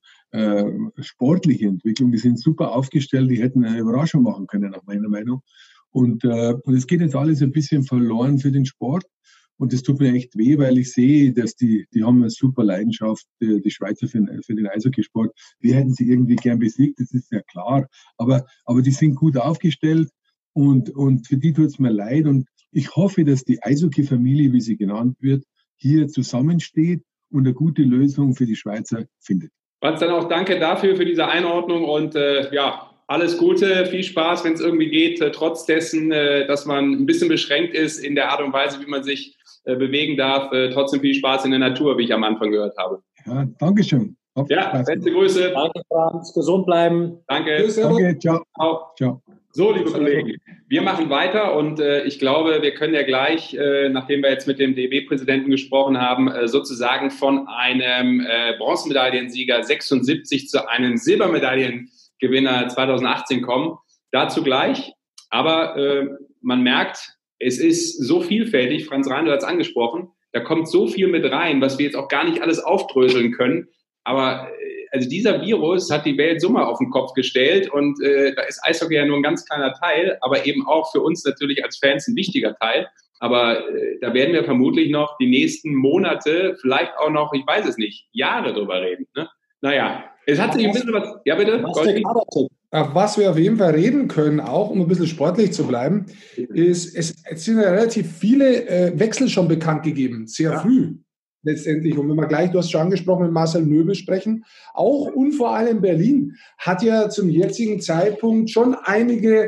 sportliche Entwicklung, die sind super aufgestellt, die hätten eine Überraschung machen können, nach meiner Meinung. Und es geht jetzt alles ein bisschen verloren für den Sport. Und das tut mir echt weh, weil ich sehe, dass die haben eine super Leidenschaft, die Schweizer für den Eishockeysport. Wir hätten sie irgendwie gern besiegt, das ist ja klar. Aber die sind gut aufgestellt und für die tut es mir leid. Und ich hoffe, dass die Eishockey-Familie, wie sie genannt wird, hier zusammensteht und eine gute Lösung für die Schweizer findet. Franz, dann auch danke dafür, für diese Einordnung und alles Gute, viel Spaß, wenn es irgendwie geht, trotz dessen, dass man ein bisschen beschränkt ist in der Art und Weise, wie man sich bewegen darf. Trotzdem viel Spaß in der Natur, wie ich am Anfang gehört habe. Ja, danke schön. Beste Grüße. Danke, Franz. Gesund bleiben. Danke. Danke, ciao. Ciao. So, liebe Kollegen, wir machen weiter und ich glaube, wir können ja gleich, nachdem wir jetzt mit dem DEB-Präsidenten gesprochen haben, sozusagen von einem Bronzemedaillensieger 76 zu einem Silbermedaillengewinner 2018 kommen. Dazu gleich. Aber man merkt, es ist so vielfältig. Franz Reindl hat es angesprochen. Da kommt so viel mit rein, was wir jetzt auch gar nicht alles aufdröseln können. Aber also dieser Virus hat die Welt so mal auf den Kopf gestellt und da ist Eishockey ja nur ein ganz kleiner Teil, aber eben auch für uns natürlich als Fans ein wichtiger Teil. Aber da werden wir vermutlich noch die nächsten Monate, vielleicht auch noch, ich weiß es nicht, Jahre drüber reden. Ne? Naja, es hat sich ein bisschen was... Ja, bitte? Auf was wir auf jeden Fall reden können, auch um ein bisschen sportlich zu bleiben, ist, es sind ja relativ viele Wechsel schon bekannt gegeben, sehr früh letztendlich. Und wenn wir gleich, du hast schon angesprochen, mit Marcel Nöbel sprechen, auch und vor allem Berlin hat ja zum jetzigen Zeitpunkt schon einige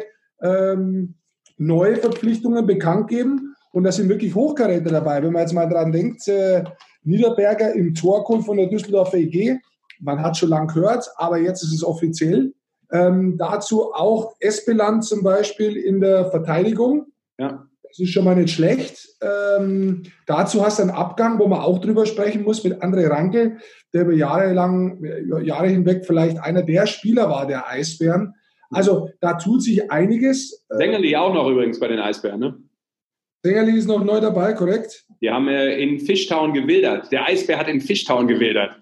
neue Verpflichtungen bekannt gegeben. Und da sind wirklich Hochkaräter dabei. Wenn man jetzt mal dran denkt, Niederberger im Tor kommt von der Düsseldorfer EG. Man hat schon lange gehört, aber jetzt ist es offiziell. Dazu auch Espeland zum Beispiel in der Verteidigung. Ja. Das ist schon mal nicht schlecht. Dazu hast du einen Abgang, wo man auch drüber sprechen muss, mit André Ranke, der über Jahre hinweg vielleicht einer der Spieler war, der Eisbären. Also da tut sich einiges. Sängerli auch noch übrigens bei den Eisbären, ne? Sängerli ist noch neu dabei, korrekt? Die haben in Fishtown gewildert. Der Eisbär hat in Fishtown gewildert.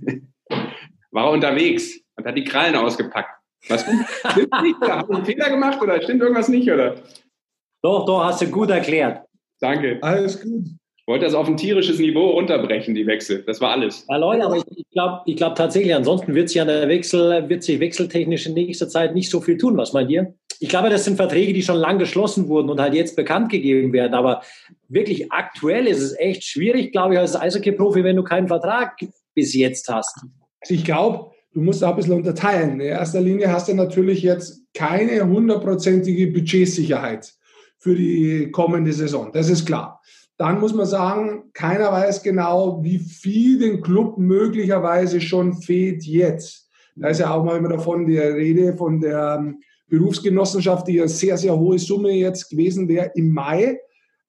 War unterwegs und hat die Krallen ausgepackt. Was stimmt nicht? Oder habe ich einen Fehler gemacht oder stimmt irgendwas nicht? Oder? Doch, hast du gut erklärt. Danke. Alles gut. Ich wollte das auf ein tierisches Niveau runterbrechen, die Wechsel. Das war alles. Ja, Leute, aber ich glaube tatsächlich, ansonsten wird sich wechseltechnisch in nächster Zeit nicht so viel tun. Was meint ihr? Ich glaube, das sind Verträge, die schon lang geschlossen wurden und halt jetzt bekannt gegeben werden. Aber wirklich aktuell ist es echt schwierig, glaube ich, als Eishockey-Profi, wenn du keinen Vertrag bis jetzt hast. Ich glaube, du musst da ein bisschen unterteilen. In erster Linie hast du natürlich jetzt keine 100%ige Budgetsicherheit für die kommende Saison. Das ist klar. Dann muss man sagen, keiner weiß genau, wie viel den Club möglicherweise schon fehlt jetzt. Da ist ja auch mal immer davon die Rede von der Berufsgenossenschaft, die eine sehr, sehr hohe Summe jetzt gewesen wäre im Mai.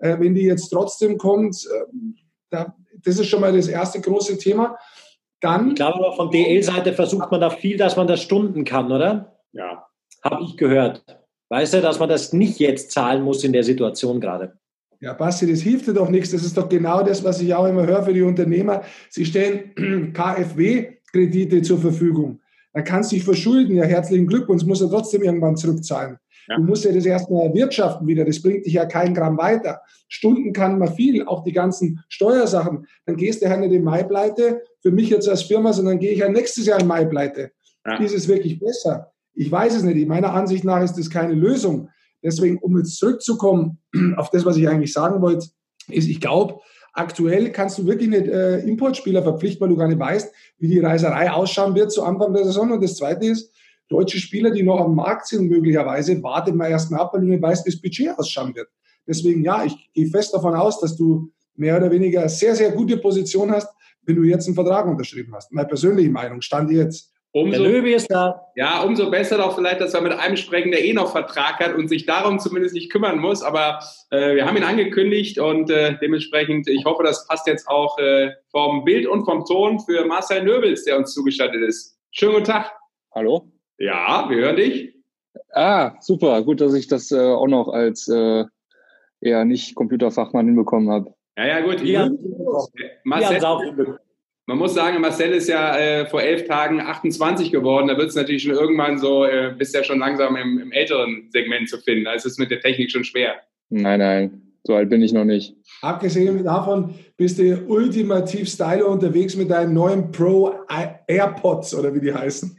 Wenn die jetzt trotzdem kommt, das ist schon mal das erste große Thema. Dann, ich glaube aber von DL-Seite versucht man da viel, dass man das stunden kann, oder? Ja. Habe ich gehört. Weißt du, dass man das nicht jetzt zahlen muss in der Situation gerade? Ja, Basti, das hilft dir doch nichts. Das ist doch genau das, was ich auch immer höre für die Unternehmer. Sie stellen KfW-Kredite zur Verfügung. Dann kannst du dich verschulden. Ja, herzlichen Glückwunsch, musst du trotzdem irgendwann zurückzahlen. Ja. Du musst ja das erstmal erwirtschaften wieder. Das bringt dich ja keinen Gramm weiter. Stunden kann man viel, auch die ganzen Steuersachen. Dann gehst du ja nicht im Mai pleite, für mich jetzt als Firma, sondern gehe ich ja nächstes Jahr im Mai pleite. Ja. Ist es wirklich besser? Ich weiß es nicht. Meiner Ansicht nach ist das keine Lösung. Deswegen, um jetzt zurückzukommen auf das, was ich eigentlich sagen wollte, ist, ich glaube, aktuell kannst du wirklich nicht Importspieler verpflichten, weil du gar nicht weißt, wie die Reiserei ausschauen wird zu Anfang der Saison. Und das Zweite ist, deutsche Spieler, die noch am Markt sind, möglicherweise, wartet man erst mal ab, weil du nicht weißt, wie das Budget ausschauen wird. Deswegen, ja, ich gehe fest davon aus, dass du mehr oder weniger eine sehr, sehr gute Position hast, wenn du jetzt einen Vertrag unterschrieben hast. Meine persönliche Meinung, Stand jetzt. Der Löwe ist da. Ja, umso besser doch vielleicht, dass wir mit einem sprechen, der noch Vertrag hat und sich darum zumindest nicht kümmern muss. Aber wir haben ihn angekündigt und dementsprechend, ich hoffe, das passt jetzt auch vom Bild und vom Ton für Marcel Nöbels, der uns zugeschaltet ist. Schönen guten Tag. Hallo? Ja, wir hören dich. Super. Gut, dass ich das auch noch als eher nicht Computerfachmann hinbekommen habe. Ja, gut. Ja, Marcel, man muss sagen, Marcel ist ja vor 11 Tagen 28 geworden. Da wird es natürlich schon irgendwann so, bist ja schon langsam im älteren Segment zu finden. Da ist es mit der Technik schon schwer. Nein, so alt bin ich noch nicht. Abgesehen davon bist du ultimativ Styler unterwegs mit deinen neuen Pro AirPods oder wie die heißen.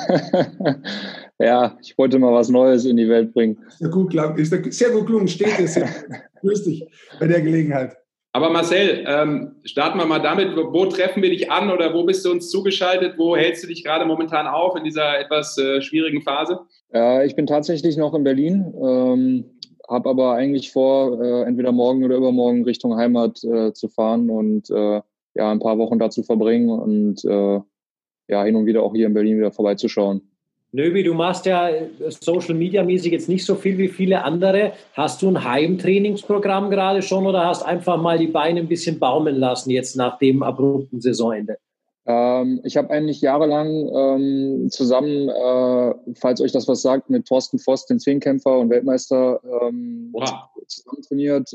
Ja, ich wollte mal was Neues in die Welt bringen. Ist sehr gut gelungen, steht es. Grüß dich bei der Gelegenheit. Aber Marcel, starten wir mal damit, wo treffen wir dich an oder wo bist du uns zugeschaltet? Wo hältst du dich gerade momentan auf in dieser etwas schwierigen Phase? Ich bin tatsächlich noch in Berlin, habe aber eigentlich vor, entweder morgen oder übermorgen Richtung Heimat zu fahren und ein paar Wochen da zu verbringen und hin und wieder auch hier in Berlin wieder vorbeizuschauen. Nöbi, du machst ja Social-Media-mäßig jetzt nicht so viel wie viele andere. Hast du ein Heimtrainingsprogramm gerade schon oder hast einfach mal die Beine ein bisschen baumeln lassen jetzt nach dem abrupten Saisonende? Ich habe eigentlich jahrelang zusammen, falls euch das was sagt, mit Thorsten Voss, den Zehnkämpfer und Weltmeister, zusammen trainiert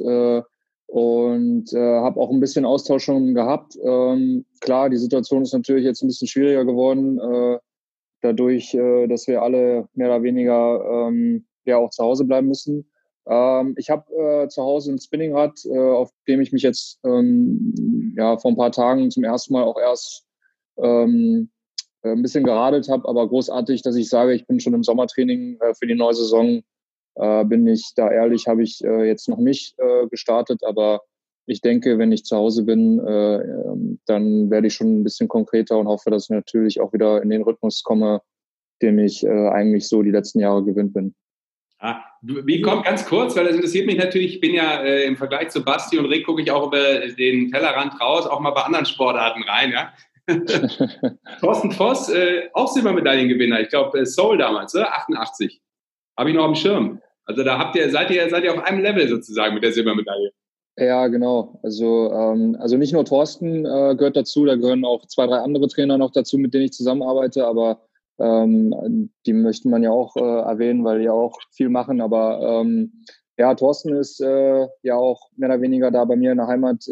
und habe auch ein bisschen Austausch schon gehabt. Klar, die Situation ist natürlich jetzt ein bisschen schwieriger geworden, dadurch, dass wir alle mehr oder weniger auch zu Hause bleiben müssen. Ich habe zu Hause ein Spinningrad, auf dem ich mich jetzt vor ein paar Tagen zum ersten Mal auch erst ein bisschen geradelt habe, aber großartig, dass ich sage, ich bin schon im Sommertraining für die neue Saison. Bin ich da ehrlich, habe ich jetzt noch nicht gestartet, aber ich denke, wenn ich zu Hause bin, dann werde ich schon ein bisschen konkreter und hoffe, dass ich natürlich auch wieder in den Rhythmus komme, dem ich eigentlich so die letzten Jahre gewöhnt bin. Wie kommt ganz kurz, weil das interessiert mich natürlich, ich bin ja im Vergleich zu Basti und Rick gucke ich auch über den Tellerrand raus, auch mal bei anderen Sportarten rein, ja. Thorsten Voss, auch Silbermedaillengewinner, ich glaube Seoul damals, 88. Habe ich noch auf dem Schirm. Also da seid ihr auf einem Level sozusagen mit der Silbermedaille. Ja, genau. Also nicht nur Thorsten gehört dazu, da gehören auch 2, 3 andere Trainer noch dazu, mit denen ich zusammenarbeite, aber die möchte man ja auch erwähnen, weil die auch viel machen. Aber Thorsten ist ja auch mehr oder weniger da bei mir in der Heimat,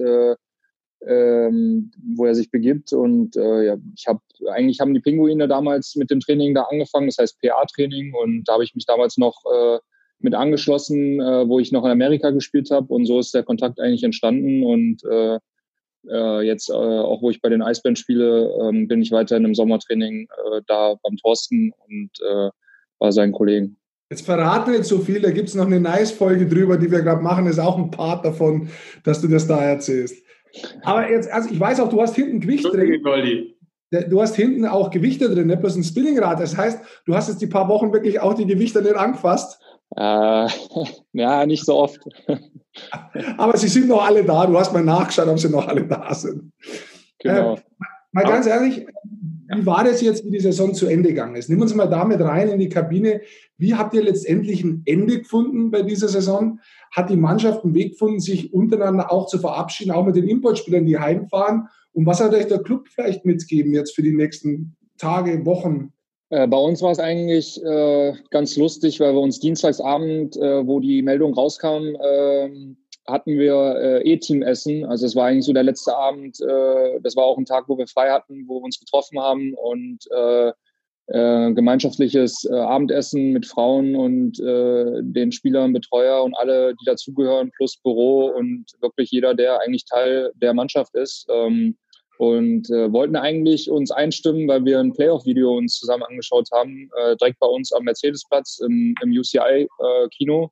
wo er sich begibt. Und eigentlich haben die Pinguine damals mit dem Training da angefangen, das heißt PA-Training. Und da habe ich mich damals noch mit angeschlossen, wo ich noch in Amerika gespielt habe. Und so ist der Kontakt eigentlich entstanden. Und jetzt, auch wo ich bei den Eisbären spiele, bin ich weiterhin im Sommertraining da beim Thorsten und bei seinen Kollegen. Jetzt verraten wir nicht so viel, da gibt es noch eine Nice-Folge drüber, die wir gerade machen, das ist auch ein Part davon, dass du das da erzählst. Aber jetzt, also ich weiß auch, du hast hinten Gewicht drin. Du hast hinten auch Gewichte drin, nicht bloß ein Spinningrad. Das heißt, du hast jetzt die paar Wochen wirklich auch die Gewichte nicht angefasst. Nicht so oft. Aber sie sind noch alle da. Du hast mal nachgeschaut, ob sie noch alle da sind. Genau. Mal ganz ehrlich, wie war das jetzt, wie die Saison zu Ende gegangen ist? Nimm uns mal damit rein in die Kabine. Wie habt ihr letztendlich ein Ende gefunden bei dieser Saison? hat die Mannschaft einen Weg gefunden, sich untereinander auch zu verabschieden, auch mit den Importspielern, die heimfahren? Und was hat euch der Club vielleicht mitgegeben jetzt für die nächsten Tage, Wochen? Bei uns war es eigentlich ganz lustig, weil wir uns Dienstagsabend, wo die Meldung rauskam, hatten wir E-Team-Essen. Also es war eigentlich so der letzte Abend. Das war auch ein Tag, wo wir frei hatten, wo wir uns getroffen haben und gemeinschaftliches Abendessen mit Frauen und den Spielern, Betreuer und alle, die dazugehören, plus Büro und wirklich jeder, der eigentlich Teil der Mannschaft ist. Und wollten eigentlich uns einstimmen, weil wir ein Playoff-Video uns zusammen angeschaut haben, direkt bei uns am Mercedesplatz im UCI-Kino.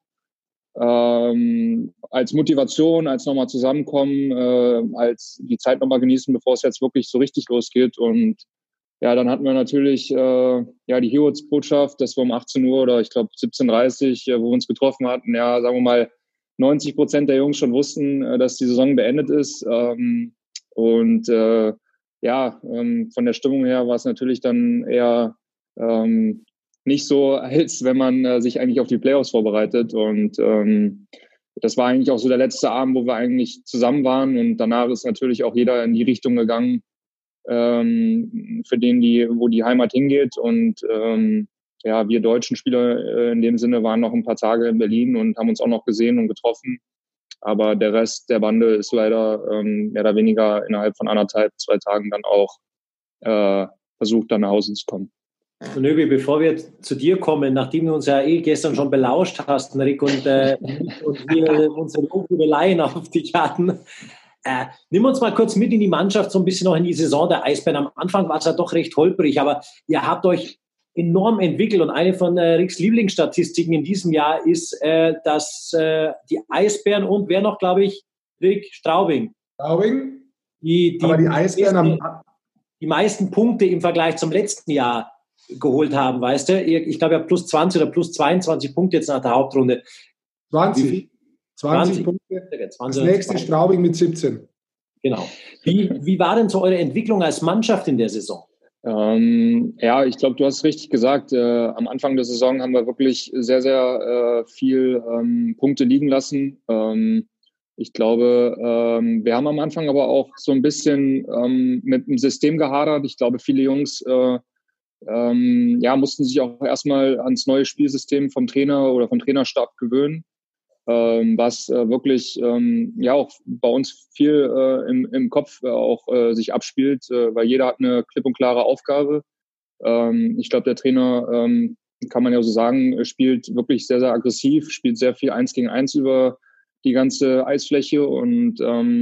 Als Motivation, als nochmal zusammenkommen, als die Zeit nochmal genießen, bevor es jetzt wirklich so richtig losgeht. Und ja, dann hatten wir natürlich die Heroes-Botschaft, dass wir um 18 Uhr oder ich glaube 17:30 wo wir uns getroffen hatten, ja, sagen wir mal 90% der Jungs schon wussten, dass die Saison beendet ist. Von der Stimmung her war es natürlich dann eher nicht so, als wenn man sich eigentlich auf die Playoffs vorbereitet. Und das war eigentlich auch so der letzte Abend, wo wir eigentlich zusammen waren. Und danach ist natürlich auch jeder in die Richtung gegangen, für den wo die Heimat hingeht. Und wir deutschen Spieler in dem Sinne waren noch ein paar Tage in Berlin und haben uns auch noch gesehen und getroffen. Aber der Rest der Bande ist leider mehr oder weniger innerhalb von 1,5-2 Tagen dann auch versucht, dann nach Hause zu kommen. Nöbi, bevor wir zu dir kommen, nachdem du uns ja gestern schon belauscht hast, Rick, und wir unsere Lobhudeleien auf dich hatten, nimm uns mal kurz mit in die Mannschaft, so ein bisschen noch in die Saison der Eisbären. Am Anfang war es ja doch recht holprig, aber ihr habt euch enorm entwickelt und eine von Ricks Lieblingsstatistiken in diesem Jahr ist, dass die Eisbären und wer noch, glaube ich, Rick Straubing. Aber die Eisbären die meisten Punkte im Vergleich zum letzten Jahr geholt haben, weißt du? Ich glaube, ja plus 20 oder plus 22 Punkte jetzt nach der Hauptrunde. 20 Punkte. Das nächste Straubing mit 17. Genau. Wie war denn so eure Entwicklung als Mannschaft in der Saison? Ich glaube, du hast richtig gesagt. Am Anfang der Saison haben wir wirklich sehr, sehr viel Punkte liegen lassen. Ich glaube, wir haben am Anfang aber auch so ein bisschen mit dem System gehadert. Ich glaube, viele Jungs mussten sich auch erstmal ans neue Spielsystem vom Trainer oder vom Trainerstab gewöhnen, was wirklich auch bei uns viel im Kopf auch sich abspielt, weil jeder hat eine klipp und klare Aufgabe. Ich glaube, der Trainer, kann man ja so sagen, spielt wirklich sehr, sehr aggressiv, spielt sehr viel 1 gegen 1 über die ganze Eisfläche und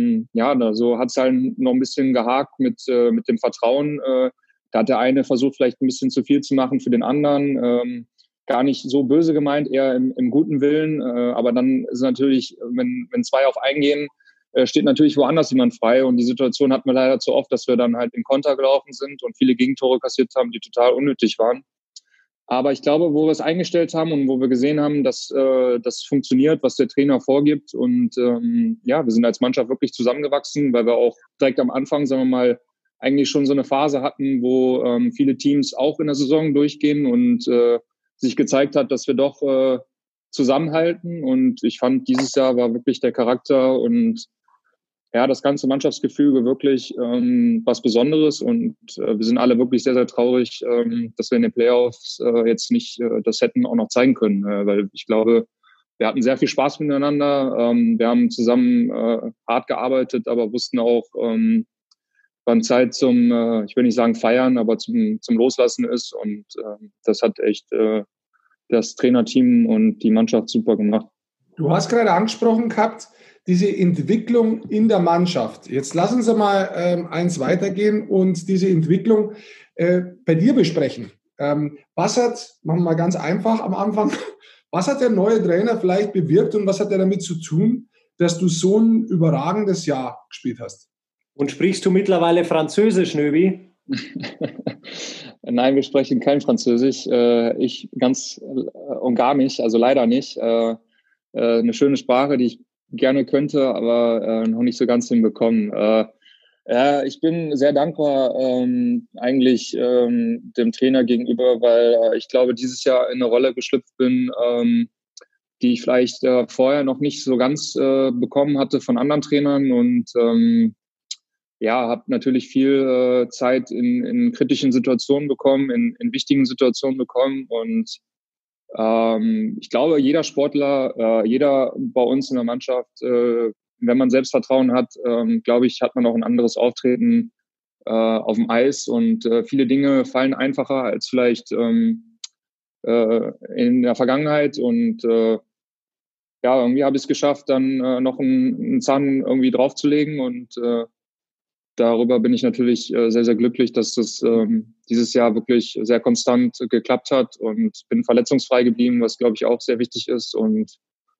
so hat es halt noch ein bisschen gehakt mit dem Vertrauen. Da hat der eine versucht, vielleicht ein bisschen zu viel zu machen für den anderen. Gar nicht so böse gemeint, eher im guten Willen. Aber dann ist natürlich, wenn 2 auf einen gehen, steht natürlich woanders jemand frei. Und die Situation hatten wir leider zu oft, dass wir dann halt in Konter gelaufen sind und viele Gegentore kassiert haben, die total unnötig waren. Aber ich glaube, wo wir es eingestellt haben und wo wir gesehen haben, dass das funktioniert, was der Trainer vorgibt. Und wir sind als Mannschaft wirklich zusammengewachsen, weil wir auch direkt am Anfang, sagen wir mal, eigentlich schon so eine Phase hatten, wo viele Teams auch in der Saison durchgehen und sich gezeigt hat, dass wir doch zusammenhalten. Und ich fand, dieses Jahr war wirklich der Charakter und das ganze Mannschaftsgefüge wirklich was Besonderes. Und wir sind alle wirklich sehr, sehr traurig, dass wir in den Playoffs jetzt nicht das hätten auch noch zeigen können. Weil ich glaube, wir hatten sehr viel Spaß miteinander. Wir haben zusammen hart gearbeitet, aber wussten auch, wann Zeit zum, ich will nicht sagen feiern, aber zum Loslassen ist. Und das hat echt das Trainerteam und die Mannschaft super gemacht. Du hast gerade angesprochen gehabt, diese Entwicklung in der Mannschaft. Jetzt lass uns mal eins weitergehen und diese Entwicklung bei dir besprechen. Machen wir mal ganz einfach am Anfang, was hat der neue Trainer vielleicht bewirkt und was hat er damit zu tun, dass du so ein überragendes Jahr gespielt hast? Und sprichst du mittlerweile Französisch, Nöbi? Nein, wir sprechen kein Französisch. Ich ganz und gar nicht, also leider nicht. Eine schöne Sprache, die ich gerne könnte, aber noch nicht so ganz hinbekommen. Ich bin sehr dankbar eigentlich dem Trainer gegenüber, weil ich glaube, dieses Jahr in eine Rolle geschlüpft bin, die ich vielleicht vorher noch nicht so ganz bekommen hatte von anderen Trainern und habe natürlich viel Zeit in kritischen Situationen bekommen, in wichtigen Situationen bekommen und ich glaube, jeder Sportler, jeder bei uns in der Mannschaft, wenn man Selbstvertrauen hat, glaube ich, hat man auch ein anderes Auftreten auf dem Eis und viele Dinge fallen einfacher als vielleicht in der Vergangenheit und irgendwie habe ich es geschafft, dann noch einen Zahn irgendwie draufzulegen und darüber bin ich natürlich sehr, sehr glücklich, dass das dieses Jahr wirklich sehr konstant geklappt hat und bin verletzungsfrei geblieben, was, glaube ich, auch sehr wichtig ist. Und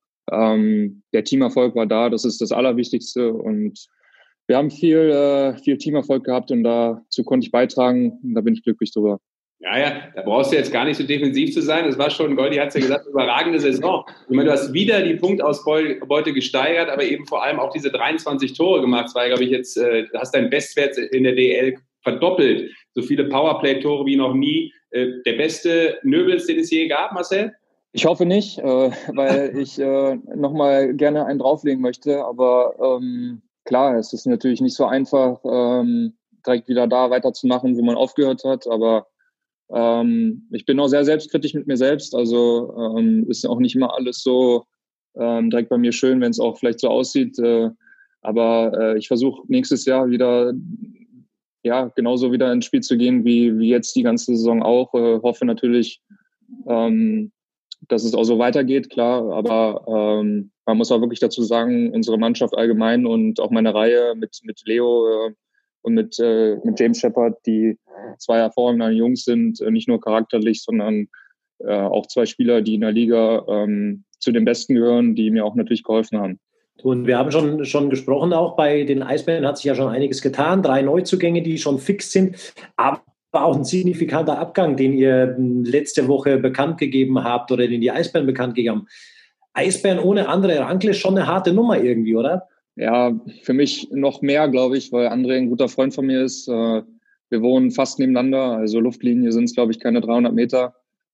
der Teamerfolg war da, das ist das Allerwichtigste. Und wir haben viel Teamerfolg gehabt und dazu konnte ich beitragen und da bin ich glücklich drüber. Ja, da brauchst du jetzt gar nicht so defensiv zu sein. Das war schon, Goldi hat es ja gesagt, überragende Saison. Ich meine, du hast wieder die Punktausbeute gesteigert, aber eben vor allem auch diese 23 Tore gemacht. Das war, glaube ich, jetzt, hast deinen Bestwert in der DL verdoppelt. So viele Powerplay-Tore wie noch nie. Der beste Nöbels, den es je gab, Marcel? Ich hoffe nicht, weil ich nochmal gerne einen drauflegen möchte. Aber klar, es ist natürlich nicht so einfach, direkt wieder da weiterzumachen, wo man aufgehört hat. Aber ich bin auch sehr selbstkritisch mit mir selbst, also ist auch nicht immer alles so direkt bei mir schön, wenn es auch vielleicht so aussieht, aber ich versuche nächstes Jahr wieder genauso wieder ins Spiel zu gehen wie jetzt die ganze Saison auch, hoffe natürlich, dass es auch so weitergeht, klar, aber man muss auch wirklich dazu sagen, unsere Mannschaft allgemein und auch meine Reihe mit Leo und mit James Shepard, die zwei hervorragende Jungs sind, nicht nur charakterlich, sondern auch zwei Spieler, die in der Liga zu den Besten gehören, die mir auch natürlich geholfen haben. Und wir haben schon gesprochen, auch bei den Eisbären hat sich ja schon einiges getan. 3 Neuzugänge, die schon fix sind, aber auch ein signifikanter Abgang, den ihr letzte Woche bekannt gegeben habt oder den die Eisbären bekannt gegeben haben. Eisbären ohne André Rankl ist schon eine harte Nummer irgendwie, oder? Ja, für mich noch mehr, glaube ich, weil André ein guter Freund von mir ist. Wir wohnen fast nebeneinander, also Luftlinie sind es, glaube ich, keine 300 Meter.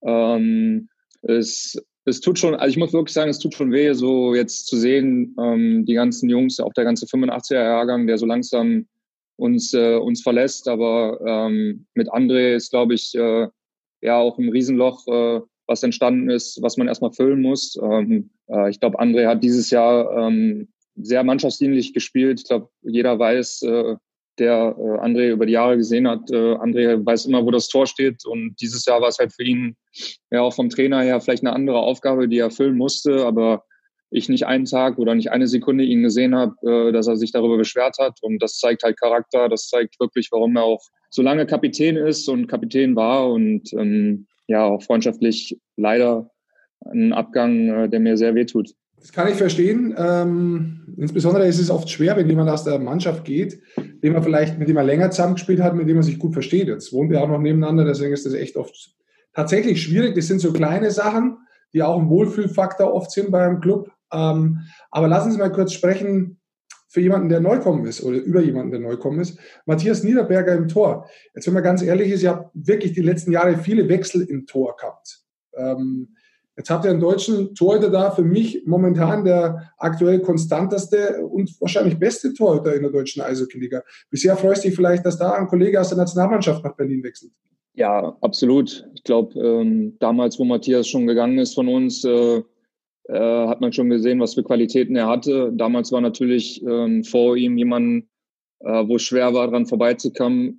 Es tut schon, also ich muss wirklich sagen, es tut schon weh, so jetzt zu sehen, die ganzen Jungs, auch der ganze 85er-Jahrgang, der so langsam uns verlässt. Aber mit André ist, glaube ich, auch ein Riesenloch, was entstanden ist, was man erstmal füllen muss. Ich glaube, André hat dieses Jahr sehr mannschaftsdienlich gespielt. Ich glaube, jeder weiß, der André über die Jahre gesehen hat, André weiß immer, wo das Tor steht. Und dieses Jahr war es halt für ihn ja auch vom Trainer her vielleicht eine andere Aufgabe, die er erfüllen musste. Aber ich nicht einen Tag oder nicht eine Sekunde ihn gesehen habe, dass er sich darüber beschwert hat. Und das zeigt halt Charakter. Das zeigt wirklich, warum er auch so lange Kapitän ist und Kapitän war. Und auch freundschaftlich leider ein Abgang, der mir sehr wehtut. Das kann ich verstehen. Insbesondere ist es oft schwer, wenn jemand aus der Mannschaft geht, mit dem man länger zusammengespielt hat, mit dem man sich gut versteht. Jetzt wohnt ihr auch noch nebeneinander, deswegen ist das echt oft tatsächlich schwierig. Das sind so kleine Sachen, die auch ein Wohlfühlfaktor oft sind bei einem Club. Aber lassen Sie mal kurz sprechen für jemanden, der neu gekommen ist oder über jemanden, der neu gekommen ist. Matthias Niederberger im Tor. Jetzt, wenn man ganz ehrlich ist, ihr habt wirklich die letzten Jahre viele Wechsel im Tor gehabt. Jetzt habt ihr einen deutschen Torhüter da, für mich momentan der aktuell konstanteste und wahrscheinlich beste Torhüter in der deutschen Eishockey-Liga. Bisher freust du dich vielleicht, dass da ein Kollege aus der Nationalmannschaft nach Berlin wechselt? Ja, absolut. Ich glaube, damals, wo Matthias schon gegangen ist von uns, hat man schon gesehen, was für Qualitäten er hatte. Damals war natürlich vor ihm jemand, wo es schwer war, dran vorbeizukommen,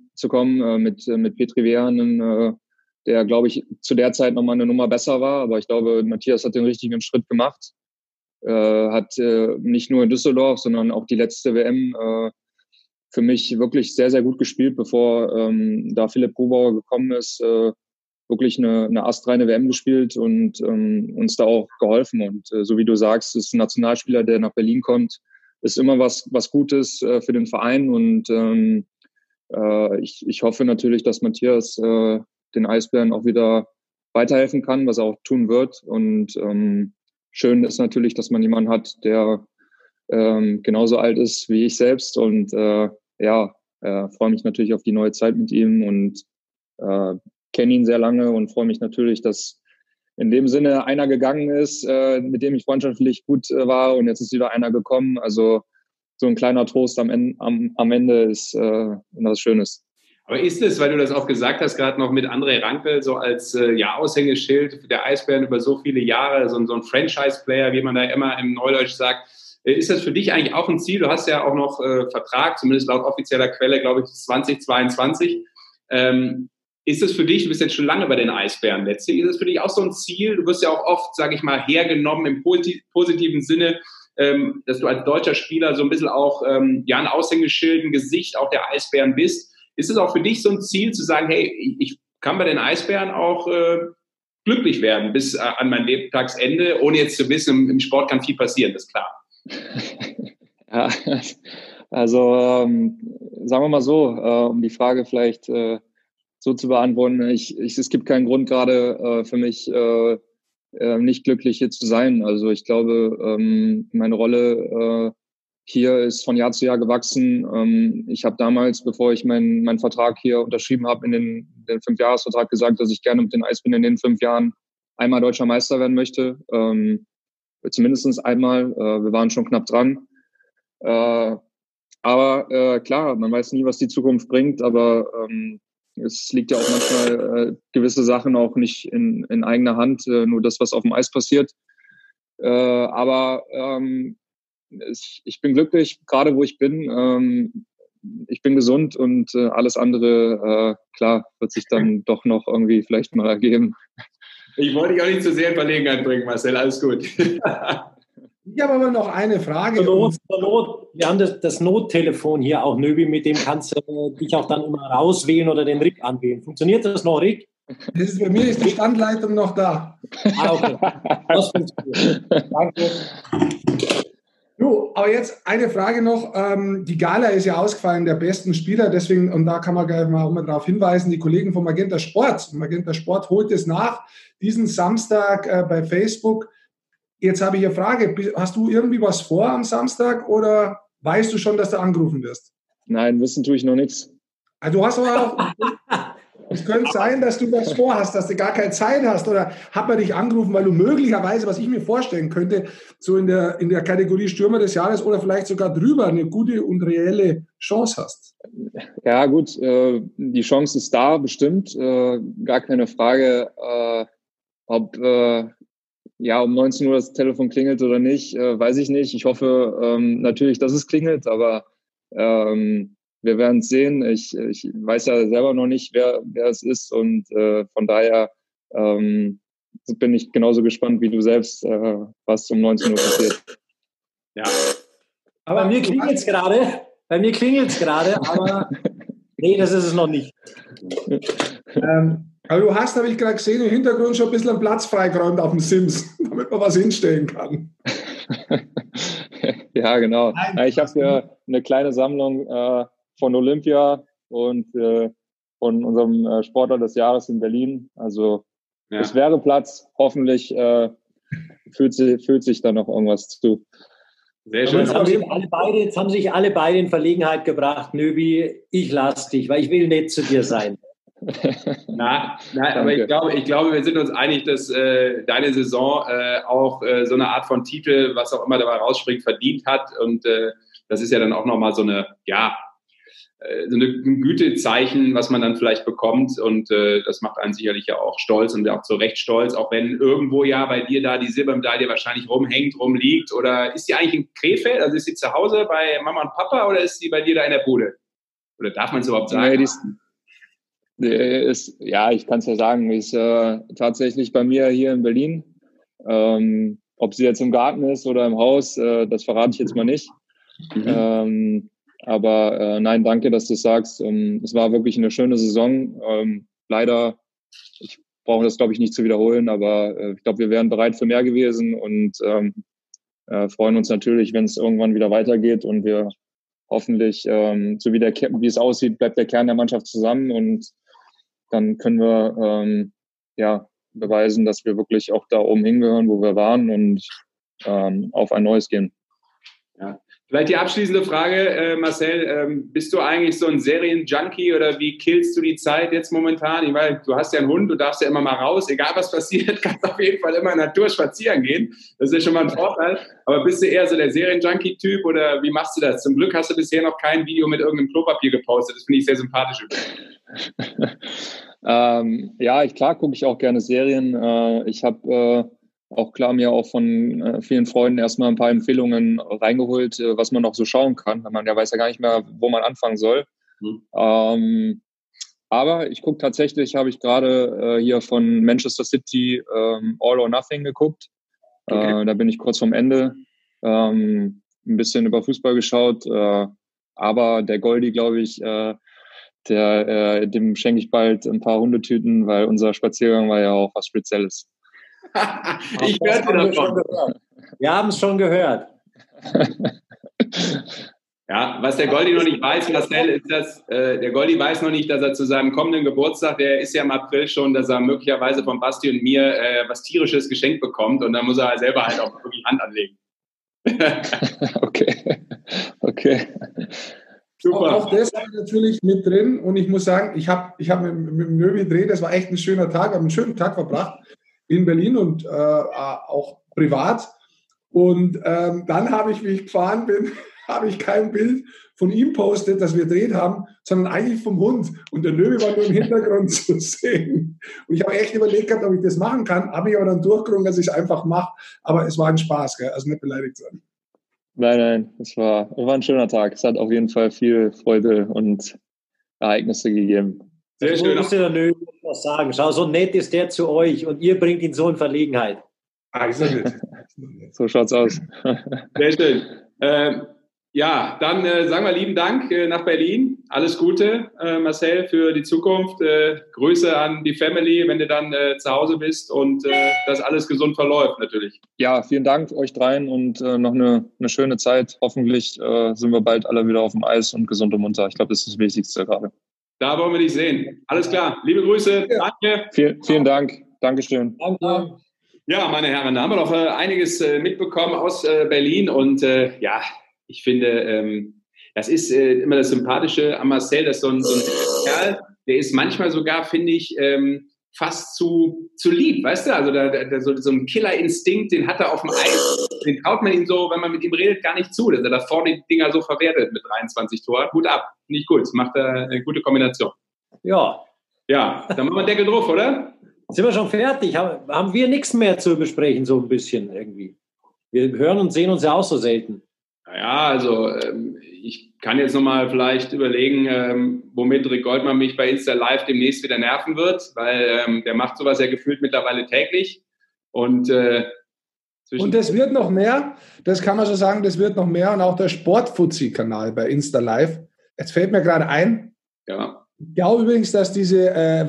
mit Petri Wehanen, der, glaube ich, zu der Zeit nochmal eine Nummer besser war. Aber ich glaube, Matthias hat den richtigen Schritt gemacht. Hat nicht nur in Düsseldorf, sondern auch die letzte WM für mich wirklich sehr, sehr gut gespielt, bevor da Philipp Grubauer gekommen ist. Wirklich eine astreine WM gespielt und uns da auch geholfen. Und so wie du sagst, ist ein Nationalspieler, der nach Berlin kommt, ist immer was Gutes für den Verein. Und ich hoffe natürlich, dass Matthias den Eisbären auch wieder weiterhelfen kann, was er auch tun wird. Und schön ist natürlich, dass man jemanden hat, der genauso alt ist wie ich selbst. Und freue mich natürlich auf die neue Zeit mit ihm und kenne ihn sehr lange und freue mich natürlich, dass in dem Sinne einer gegangen ist, mit dem ich freundschaftlich gut war und jetzt ist wieder einer gekommen. Also so ein kleiner Trost am Ende ist was Schönes. Aber ist es, weil du das auch gesagt hast, gerade noch mit André Rankel, so als Aushängeschild der Eisbären über so viele Jahre, so ein Franchise-Player, wie man da immer im Neudeutsch sagt, ist das für dich eigentlich auch ein Ziel? Du hast ja auch noch Vertrag, zumindest laut offizieller Quelle, glaube ich, 2022. Ist es für dich, du bist jetzt schon lange bei den Eisbären letztlich, ist es für dich auch so ein Ziel? Du wirst ja auch oft, sage ich mal, hergenommen im positiven Sinne, dass du als deutscher Spieler so ein bisschen auch ein Aushängeschild, ein Gesicht auch der Eisbären bist. Ist es auch für dich so ein Ziel, zu sagen, hey, ich kann bei den Eisbären auch glücklich werden bis an mein Lebtagsende, ohne jetzt zu wissen, im Sport kann viel passieren, das ist klar. Ja, also sagen wir mal so, um die Frage vielleicht so zu beantworten, es gibt keinen Grund gerade für mich nicht glücklich hier zu sein. Also ich glaube, meine Rolle hier ist von Jahr zu Jahr gewachsen. Ich habe damals, bevor ich meinen Vertrag hier unterschrieben habe, in den 5-Jahres-Vertrag gesagt, dass ich gerne mit den Eisbären in den 5 Jahren einmal deutscher Meister werden möchte. Zumindest einmal. Wir waren schon knapp dran. Aber klar, man weiß nie, was die Zukunft bringt, aber es liegt ja auch manchmal gewisse Sachen auch nicht in eigener Hand, nur das, was auf dem Eis passiert. Aber ich bin glücklich, gerade wo ich bin. Ich bin gesund und alles andere, klar, wird sich dann doch noch irgendwie vielleicht mal ergeben. Ich wollte dich auch nicht zu sehr in Verlegenheit bringen, Marcel, alles gut. Ich habe aber noch eine Frage. Wir haben das Nottelefon hier auch, Nöbi, mit dem kannst du dich auch dann immer rauswählen oder den Rick anwählen. Funktioniert das noch, Rick? Bei mir ist die Standleitung noch da. Okay. Das funktioniert. Danke. Jo, aber jetzt eine Frage noch. Die Gala ist ja ausgefallen, der besten Spieler. Deswegen, und da kann man gleich mal darauf hinweisen, die Kollegen von Magenta Sport. Magenta Sport holt es nach, diesen Samstag bei Facebook. Jetzt habe ich eine Frage. Hast du irgendwie was vor am Samstag oder weißt du schon, dass du angerufen wirst? Nein, wissen tue ich noch nichts. Also du hast aber auch... Es könnte sein, dass du was vorhast, dass du gar keine Zeit hast oder hat man dich angerufen, weil du möglicherweise, was ich mir vorstellen könnte, so in der Kategorie Stürmer des Jahres oder vielleicht sogar drüber eine gute und reelle Chance hast. Ja gut, die Chance ist da, bestimmt. Gar keine Frage, ob um 19 Uhr das Telefon klingelt oder nicht, weiß ich nicht. Ich hoffe natürlich, dass es klingelt, aber wir werden es sehen. Ich weiß ja selber noch nicht, wer es ist und von daher bin ich genauso gespannt wie du selbst, was um 19 Uhr passiert. Ja. Aber bei mir klingelt es gerade, aber nee, das ist es noch nicht. Aber du hast, habe ich gerade gesehen, im Hintergrund schon ein bisschen einen Platz freigeräumt auf dem Sims, damit man was hinstellen kann. Ja, genau. Nein, ich habe hier eine kleine Sammlung von Olympia und von unserem Sportler des Jahres in Berlin. Also es wäre Platz. Hoffentlich fühlt sich da noch irgendwas zu. Sehr schön. Jetzt haben sich alle beide in Verlegenheit gebracht. Nöbi, ich lasse dich, weil ich will nett zu dir sein. Aber ich glaube, wir sind uns einig, dass deine Saison auch so eine Art von Titel, was auch immer dabei rausspringt, verdient hat. Und das ist ja dann auch nochmal so ein Gütezeichen, was man dann vielleicht bekommt. Und das macht einen sicherlich ja auch stolz und auch zu Recht stolz, auch wenn irgendwo ja bei dir da die Silbermedaille wahrscheinlich rumliegt. Oder ist die eigentlich in Krefeld? Also ist sie zu Hause bei Mama und Papa oder ist sie bei dir da in der Bude? Oder darf man es überhaupt sagen? Ich kann es ja sagen, ist tatsächlich bei mir hier in Berlin. Ob sie jetzt im Garten ist oder im Haus, das verrate ich jetzt mal nicht. Aber nein, danke, dass du es sagst. Es war wirklich eine schöne Saison. Leider, ich brauche das, glaube ich, nicht zu wiederholen, aber ich glaube, wir wären bereit für mehr gewesen und freuen uns natürlich, wenn es irgendwann wieder weitergeht und wir hoffentlich, so wie es aussieht, bleibt der Kern der Mannschaft zusammen und dann können wir beweisen, dass wir wirklich auch da oben hingehören, wo wir waren und auf ein neues gehen. Ja. Vielleicht die abschließende Frage, Marcel, bist du eigentlich so ein Serienjunkie oder wie killst du die Zeit jetzt momentan? Ich meine, du hast ja einen Hund, du darfst ja immer mal raus, egal was passiert, kannst auf jeden Fall immer in der Natur spazieren gehen. Das ist ja schon mal ein Vorteil. Aber bist du eher so der Serienjunkie-Typ oder wie machst du das? Zum Glück hast du bisher noch kein Video mit irgendeinem Klopapier gepostet. Das finde ich sehr sympathisch. Ja, klar gucke ich auch gerne Serien. Ich habe auch klar mir auch von vielen Freunden erstmal ein paar Empfehlungen reingeholt, was man noch so schauen kann, weil man ja weiß ja gar nicht mehr, wo man anfangen soll. Aber ich gucke tatsächlich, habe ich gerade hier von Manchester City All or Nothing geguckt. Okay. Da bin ich kurz vorm Ende. Ein bisschen über Fußball geschaut. Aber der Goldi, glaube ich, dem schenke ich bald ein paar Hundetüten, weil unser Spaziergang war ja auch was Spezielles. Ich hörte davon. Wir haben es schon gehört. Ja, was der Goldi noch nicht weiß, Marcel, ist, dass der Goldi weiß noch nicht, dass er zu seinem kommenden Geburtstag, der ist ja im April schon, dass er möglicherweise von Basti und mir was Tierisches geschenkt bekommt und dann muss er selber halt auch wirklich Hand anlegen. Okay. Super. Auch das war natürlich mit drin und ich muss sagen, ich hab mit dem Nöbi gedreht, das war echt ein schöner Tag, wir haben einen schönen Tag verbracht in Berlin und auch privat und dann habe ich, wie ich gefahren bin, habe ich kein Bild von ihm postet, das wir gedreht haben, sondern eigentlich vom Hund und der Löwe war nur im Hintergrund zu sehen und ich habe echt überlegt gehabt, ob ich das machen kann, habe ich aber dann durchgerungen, dass ich es einfach mache, aber es war ein Spaß, gell? Also nicht beleidigt sein. Nein, es war ein schöner Tag. Es hat auf jeden Fall viel Freude und Ereignisse gegeben. Sehr schön. Muss der Nö was sagen. Schau, so nett ist der zu euch und ihr bringt ihn so in Verlegenheit. Ist er nicht. So schaut's aus. Sehr schön. Ja, dann sagen wir lieben Dank nach Berlin. Alles Gute, Marcel, für die Zukunft. Grüße an die Family, wenn du dann zu Hause bist und dass alles gesund verläuft natürlich. Ja, vielen Dank euch dreien und noch eine schöne Zeit. Hoffentlich sind wir bald alle wieder auf dem Eis und gesund und munter. Ich glaube, das ist das Wichtigste gerade. Da wollen wir dich sehen. Alles klar. Liebe Grüße. Ja. Danke. Vielen Dank. Dankeschön. Danke. Ja, meine Herren, da haben wir doch einiges mitbekommen aus Berlin und ja, ich finde, das ist immer das Sympathische an Marcel, dass so ein Kerl, der ist manchmal sogar, finde ich, fast zu lieb, weißt du? Also so ein Killerinstinkt, den hat er auf dem Eis, den traut man ihm so, wenn man mit ihm redet, gar nicht zu, dass er da vorne die Dinger so verwertet mit 23 Toren. Hut ab, finde ich gut, das macht eine gute Kombination. Ja. Ja, dann machen wir Deckel drauf, oder? Sind wir schon fertig? Haben wir nichts mehr zu besprechen, so ein bisschen irgendwie? Wir hören und sehen uns ja auch so selten. Ja, also ich kann jetzt nochmal vielleicht überlegen, womit Rick Goldmann mich bei Insta Live demnächst wieder nerven wird, weil der macht sowas ja gefühlt mittlerweile täglich. Und das wird noch mehr, das kann man so sagen, das wird noch mehr. Und auch der Sport-Fuzzi-Kanal bei Insta Live. Jetzt fällt mir gerade ein, ja. Ich glaube übrigens, dass diese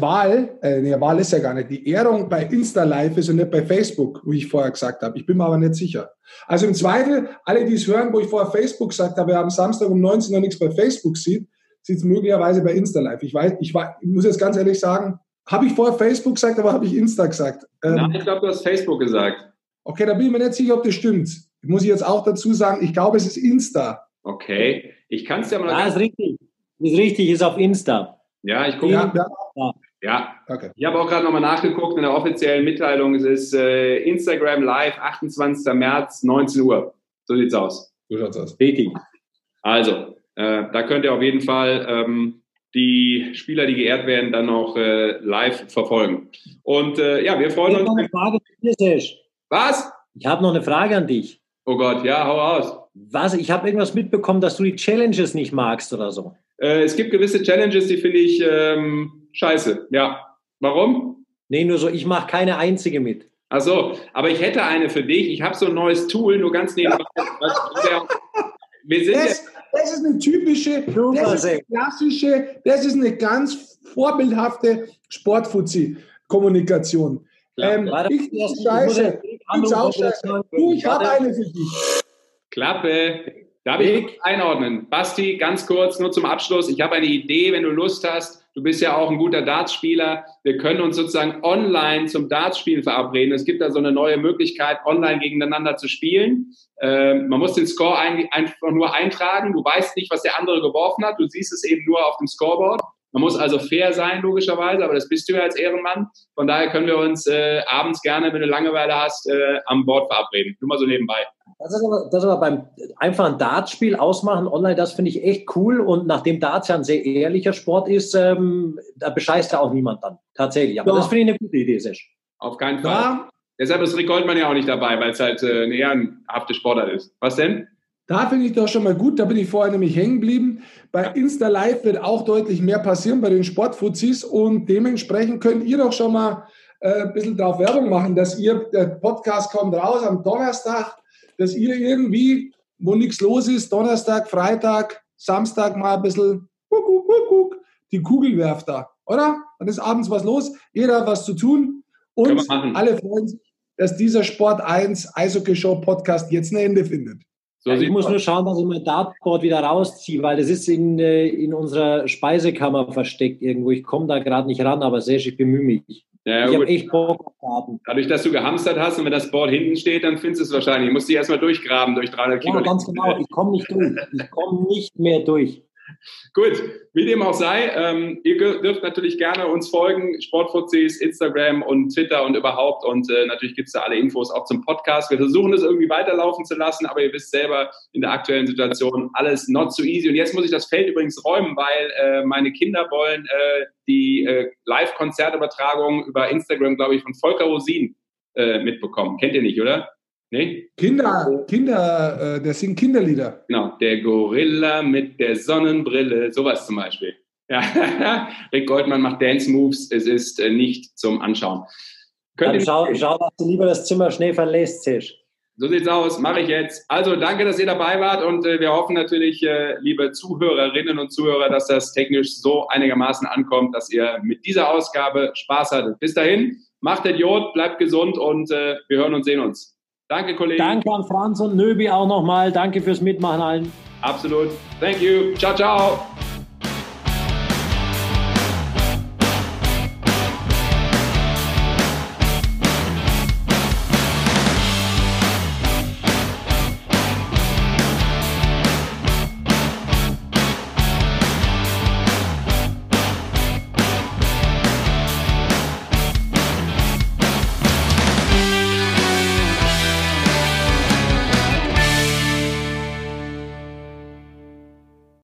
Wahl ist ja gar nicht, die Ehrung bei Insta Live ist und nicht bei Facebook, wie ich vorher gesagt habe. Ich bin mir aber nicht sicher. Also im Zweifel, alle, die es hören, wo ich vorher Facebook gesagt habe, wer am Samstag um 19 Uhr nichts bei Facebook sieht, sieht es möglicherweise bei Insta Live. Ich muss jetzt ganz ehrlich sagen, habe ich vorher Facebook gesagt, aber habe ich Insta gesagt? Nein, ich glaube, du hast Facebook gesagt. Okay, da bin ich mir nicht sicher, ob das stimmt. Muss ich jetzt auch dazu sagen, ich glaube, es ist Insta. Okay, ich kann es ja mal... Ja, ist richtig. Ist richtig, ist auf Insta. Ja, ich gucke. Ja. Okay. Ich habe auch gerade nochmal nachgeguckt in der offiziellen Mitteilung. Es ist Instagram Live, 28. März, 19 Uhr. So sieht's aus. So schaut's aus. Richtig. Also, da könnt ihr auf jeden Fall die Spieler, die geehrt werden, dann noch live verfolgen. Und ja, wir freuen uns. Ich habe noch eine Frage an dich, Sesh. Was? Ich habe noch eine Frage an dich. Oh Gott, ja, hau raus. Was? Ich habe irgendwas mitbekommen, dass du die Challenges nicht magst oder so. Es gibt gewisse Challenges, die finde ich scheiße. Ja. Warum? Nee, nur so, ich mache keine einzige mit. Ach so, aber ich hätte eine für dich. Ich habe so ein neues Tool, nur ganz nebenbei. Das ist eine typische, das ist eine klassische, das ist eine ganz vorbildhafte Sport-Fuzzi-Kommunikation. Ich habe eine für dich. Klappe. Darf ich einordnen? Basti, ganz kurz, nur zum Abschluss. Ich habe eine Idee, wenn du Lust hast. Du bist ja auch ein guter Dartspieler. Wir können uns sozusagen online zum Dartspielen verabreden. Es gibt da so eine neue Möglichkeit, online gegeneinander zu spielen. Man muss den Score einfach nur eintragen. Du weißt nicht, was der andere geworfen hat. Du siehst es eben nur auf dem Scoreboard. Man muss also fair sein, logischerweise, aber das bist du ja als Ehrenmann. Von daher können wir uns abends gerne, wenn du Langeweile hast, am Board verabreden. Nur mal so nebenbei. Das ist aber beim einfachen Dartspiel ausmachen online, das finde ich echt cool. Und nachdem Darts ja ein sehr ehrlicher Sport ist, da bescheißt ja auch niemand dann. Tatsächlich. Aber das finde ich eine gute Idee, Sesh. Auf keinen Fall. Ja. Deshalb ist Rick Goldmann ja auch nicht dabei, weil es halt eine ehrenhafte Sportart ist. Was denn? Da finde ich doch schon mal gut, da bin ich vorher nämlich hängen geblieben. Bei Insta Live wird auch deutlich mehr passieren bei den Sportfuzis und dementsprechend könnt ihr doch schon mal ein bisschen drauf Werbung machen, dass der Podcast kommt raus am Donnerstag, dass ihr irgendwie, wo nichts los ist, Donnerstag, Freitag, Samstag mal ein bisschen die Kugel werft da, oder? Dann ist abends was los, jeder hat was zu tun und alle freuen sich, dass dieser Sport 1 Eishockey-Show-Podcast jetzt ein Ende findet. So ich muss nur schauen, dass ich mein Dartboard wieder rausziehe, weil das ist in unserer Speisekammer versteckt irgendwo. Ich komme da gerade nicht ran, aber Serge, ich bemühe mich. Ja, ich habe echt Bock auf Daten. Dadurch, dass du gehamstert hast und wenn das Board hinten steht, dann findest du es wahrscheinlich. Du musst dich erstmal durchgraben durch 300 Kilo. Ja, ganz genau. Ich komme nicht durch. Ich komme nicht mehr durch. Gut, wie dem auch sei, ihr dürft natürlich gerne uns folgen, Sportfuzis, Instagram und Twitter und überhaupt und natürlich gibt es da alle Infos auch zum Podcast. Wir versuchen das irgendwie weiterlaufen zu lassen, aber ihr wisst selber, in der aktuellen Situation alles not so easy und jetzt muss ich das Feld übrigens räumen, weil meine Kinder wollen die Live-Konzertübertragung über Instagram, glaube ich, von Volker Rosin mitbekommen. Kennt ihr nicht, oder? Nee? Kinder, das sind Kinderlieder. Genau, der Gorilla mit der Sonnenbrille, sowas zum Beispiel. Ja. Rick Goldmann macht Dance-Moves, es ist nicht zum Anschauen. Schau, dass du lieber das Zimmer schnell verlässt, Tisch. So sieht's aus, mache ich jetzt. Also danke, dass ihr dabei wart und wir hoffen natürlich, liebe Zuhörerinnen und Zuhörer, dass das technisch so einigermaßen ankommt, dass ihr mit dieser Ausgabe Spaß hattet. Bis dahin, macht Idiot, bleibt gesund und wir hören und sehen uns. Danke, Kollegen. Danke an Franz und Nöbi auch nochmal. Danke fürs Mitmachen allen. Absolut. Thank you. Ciao, ciao.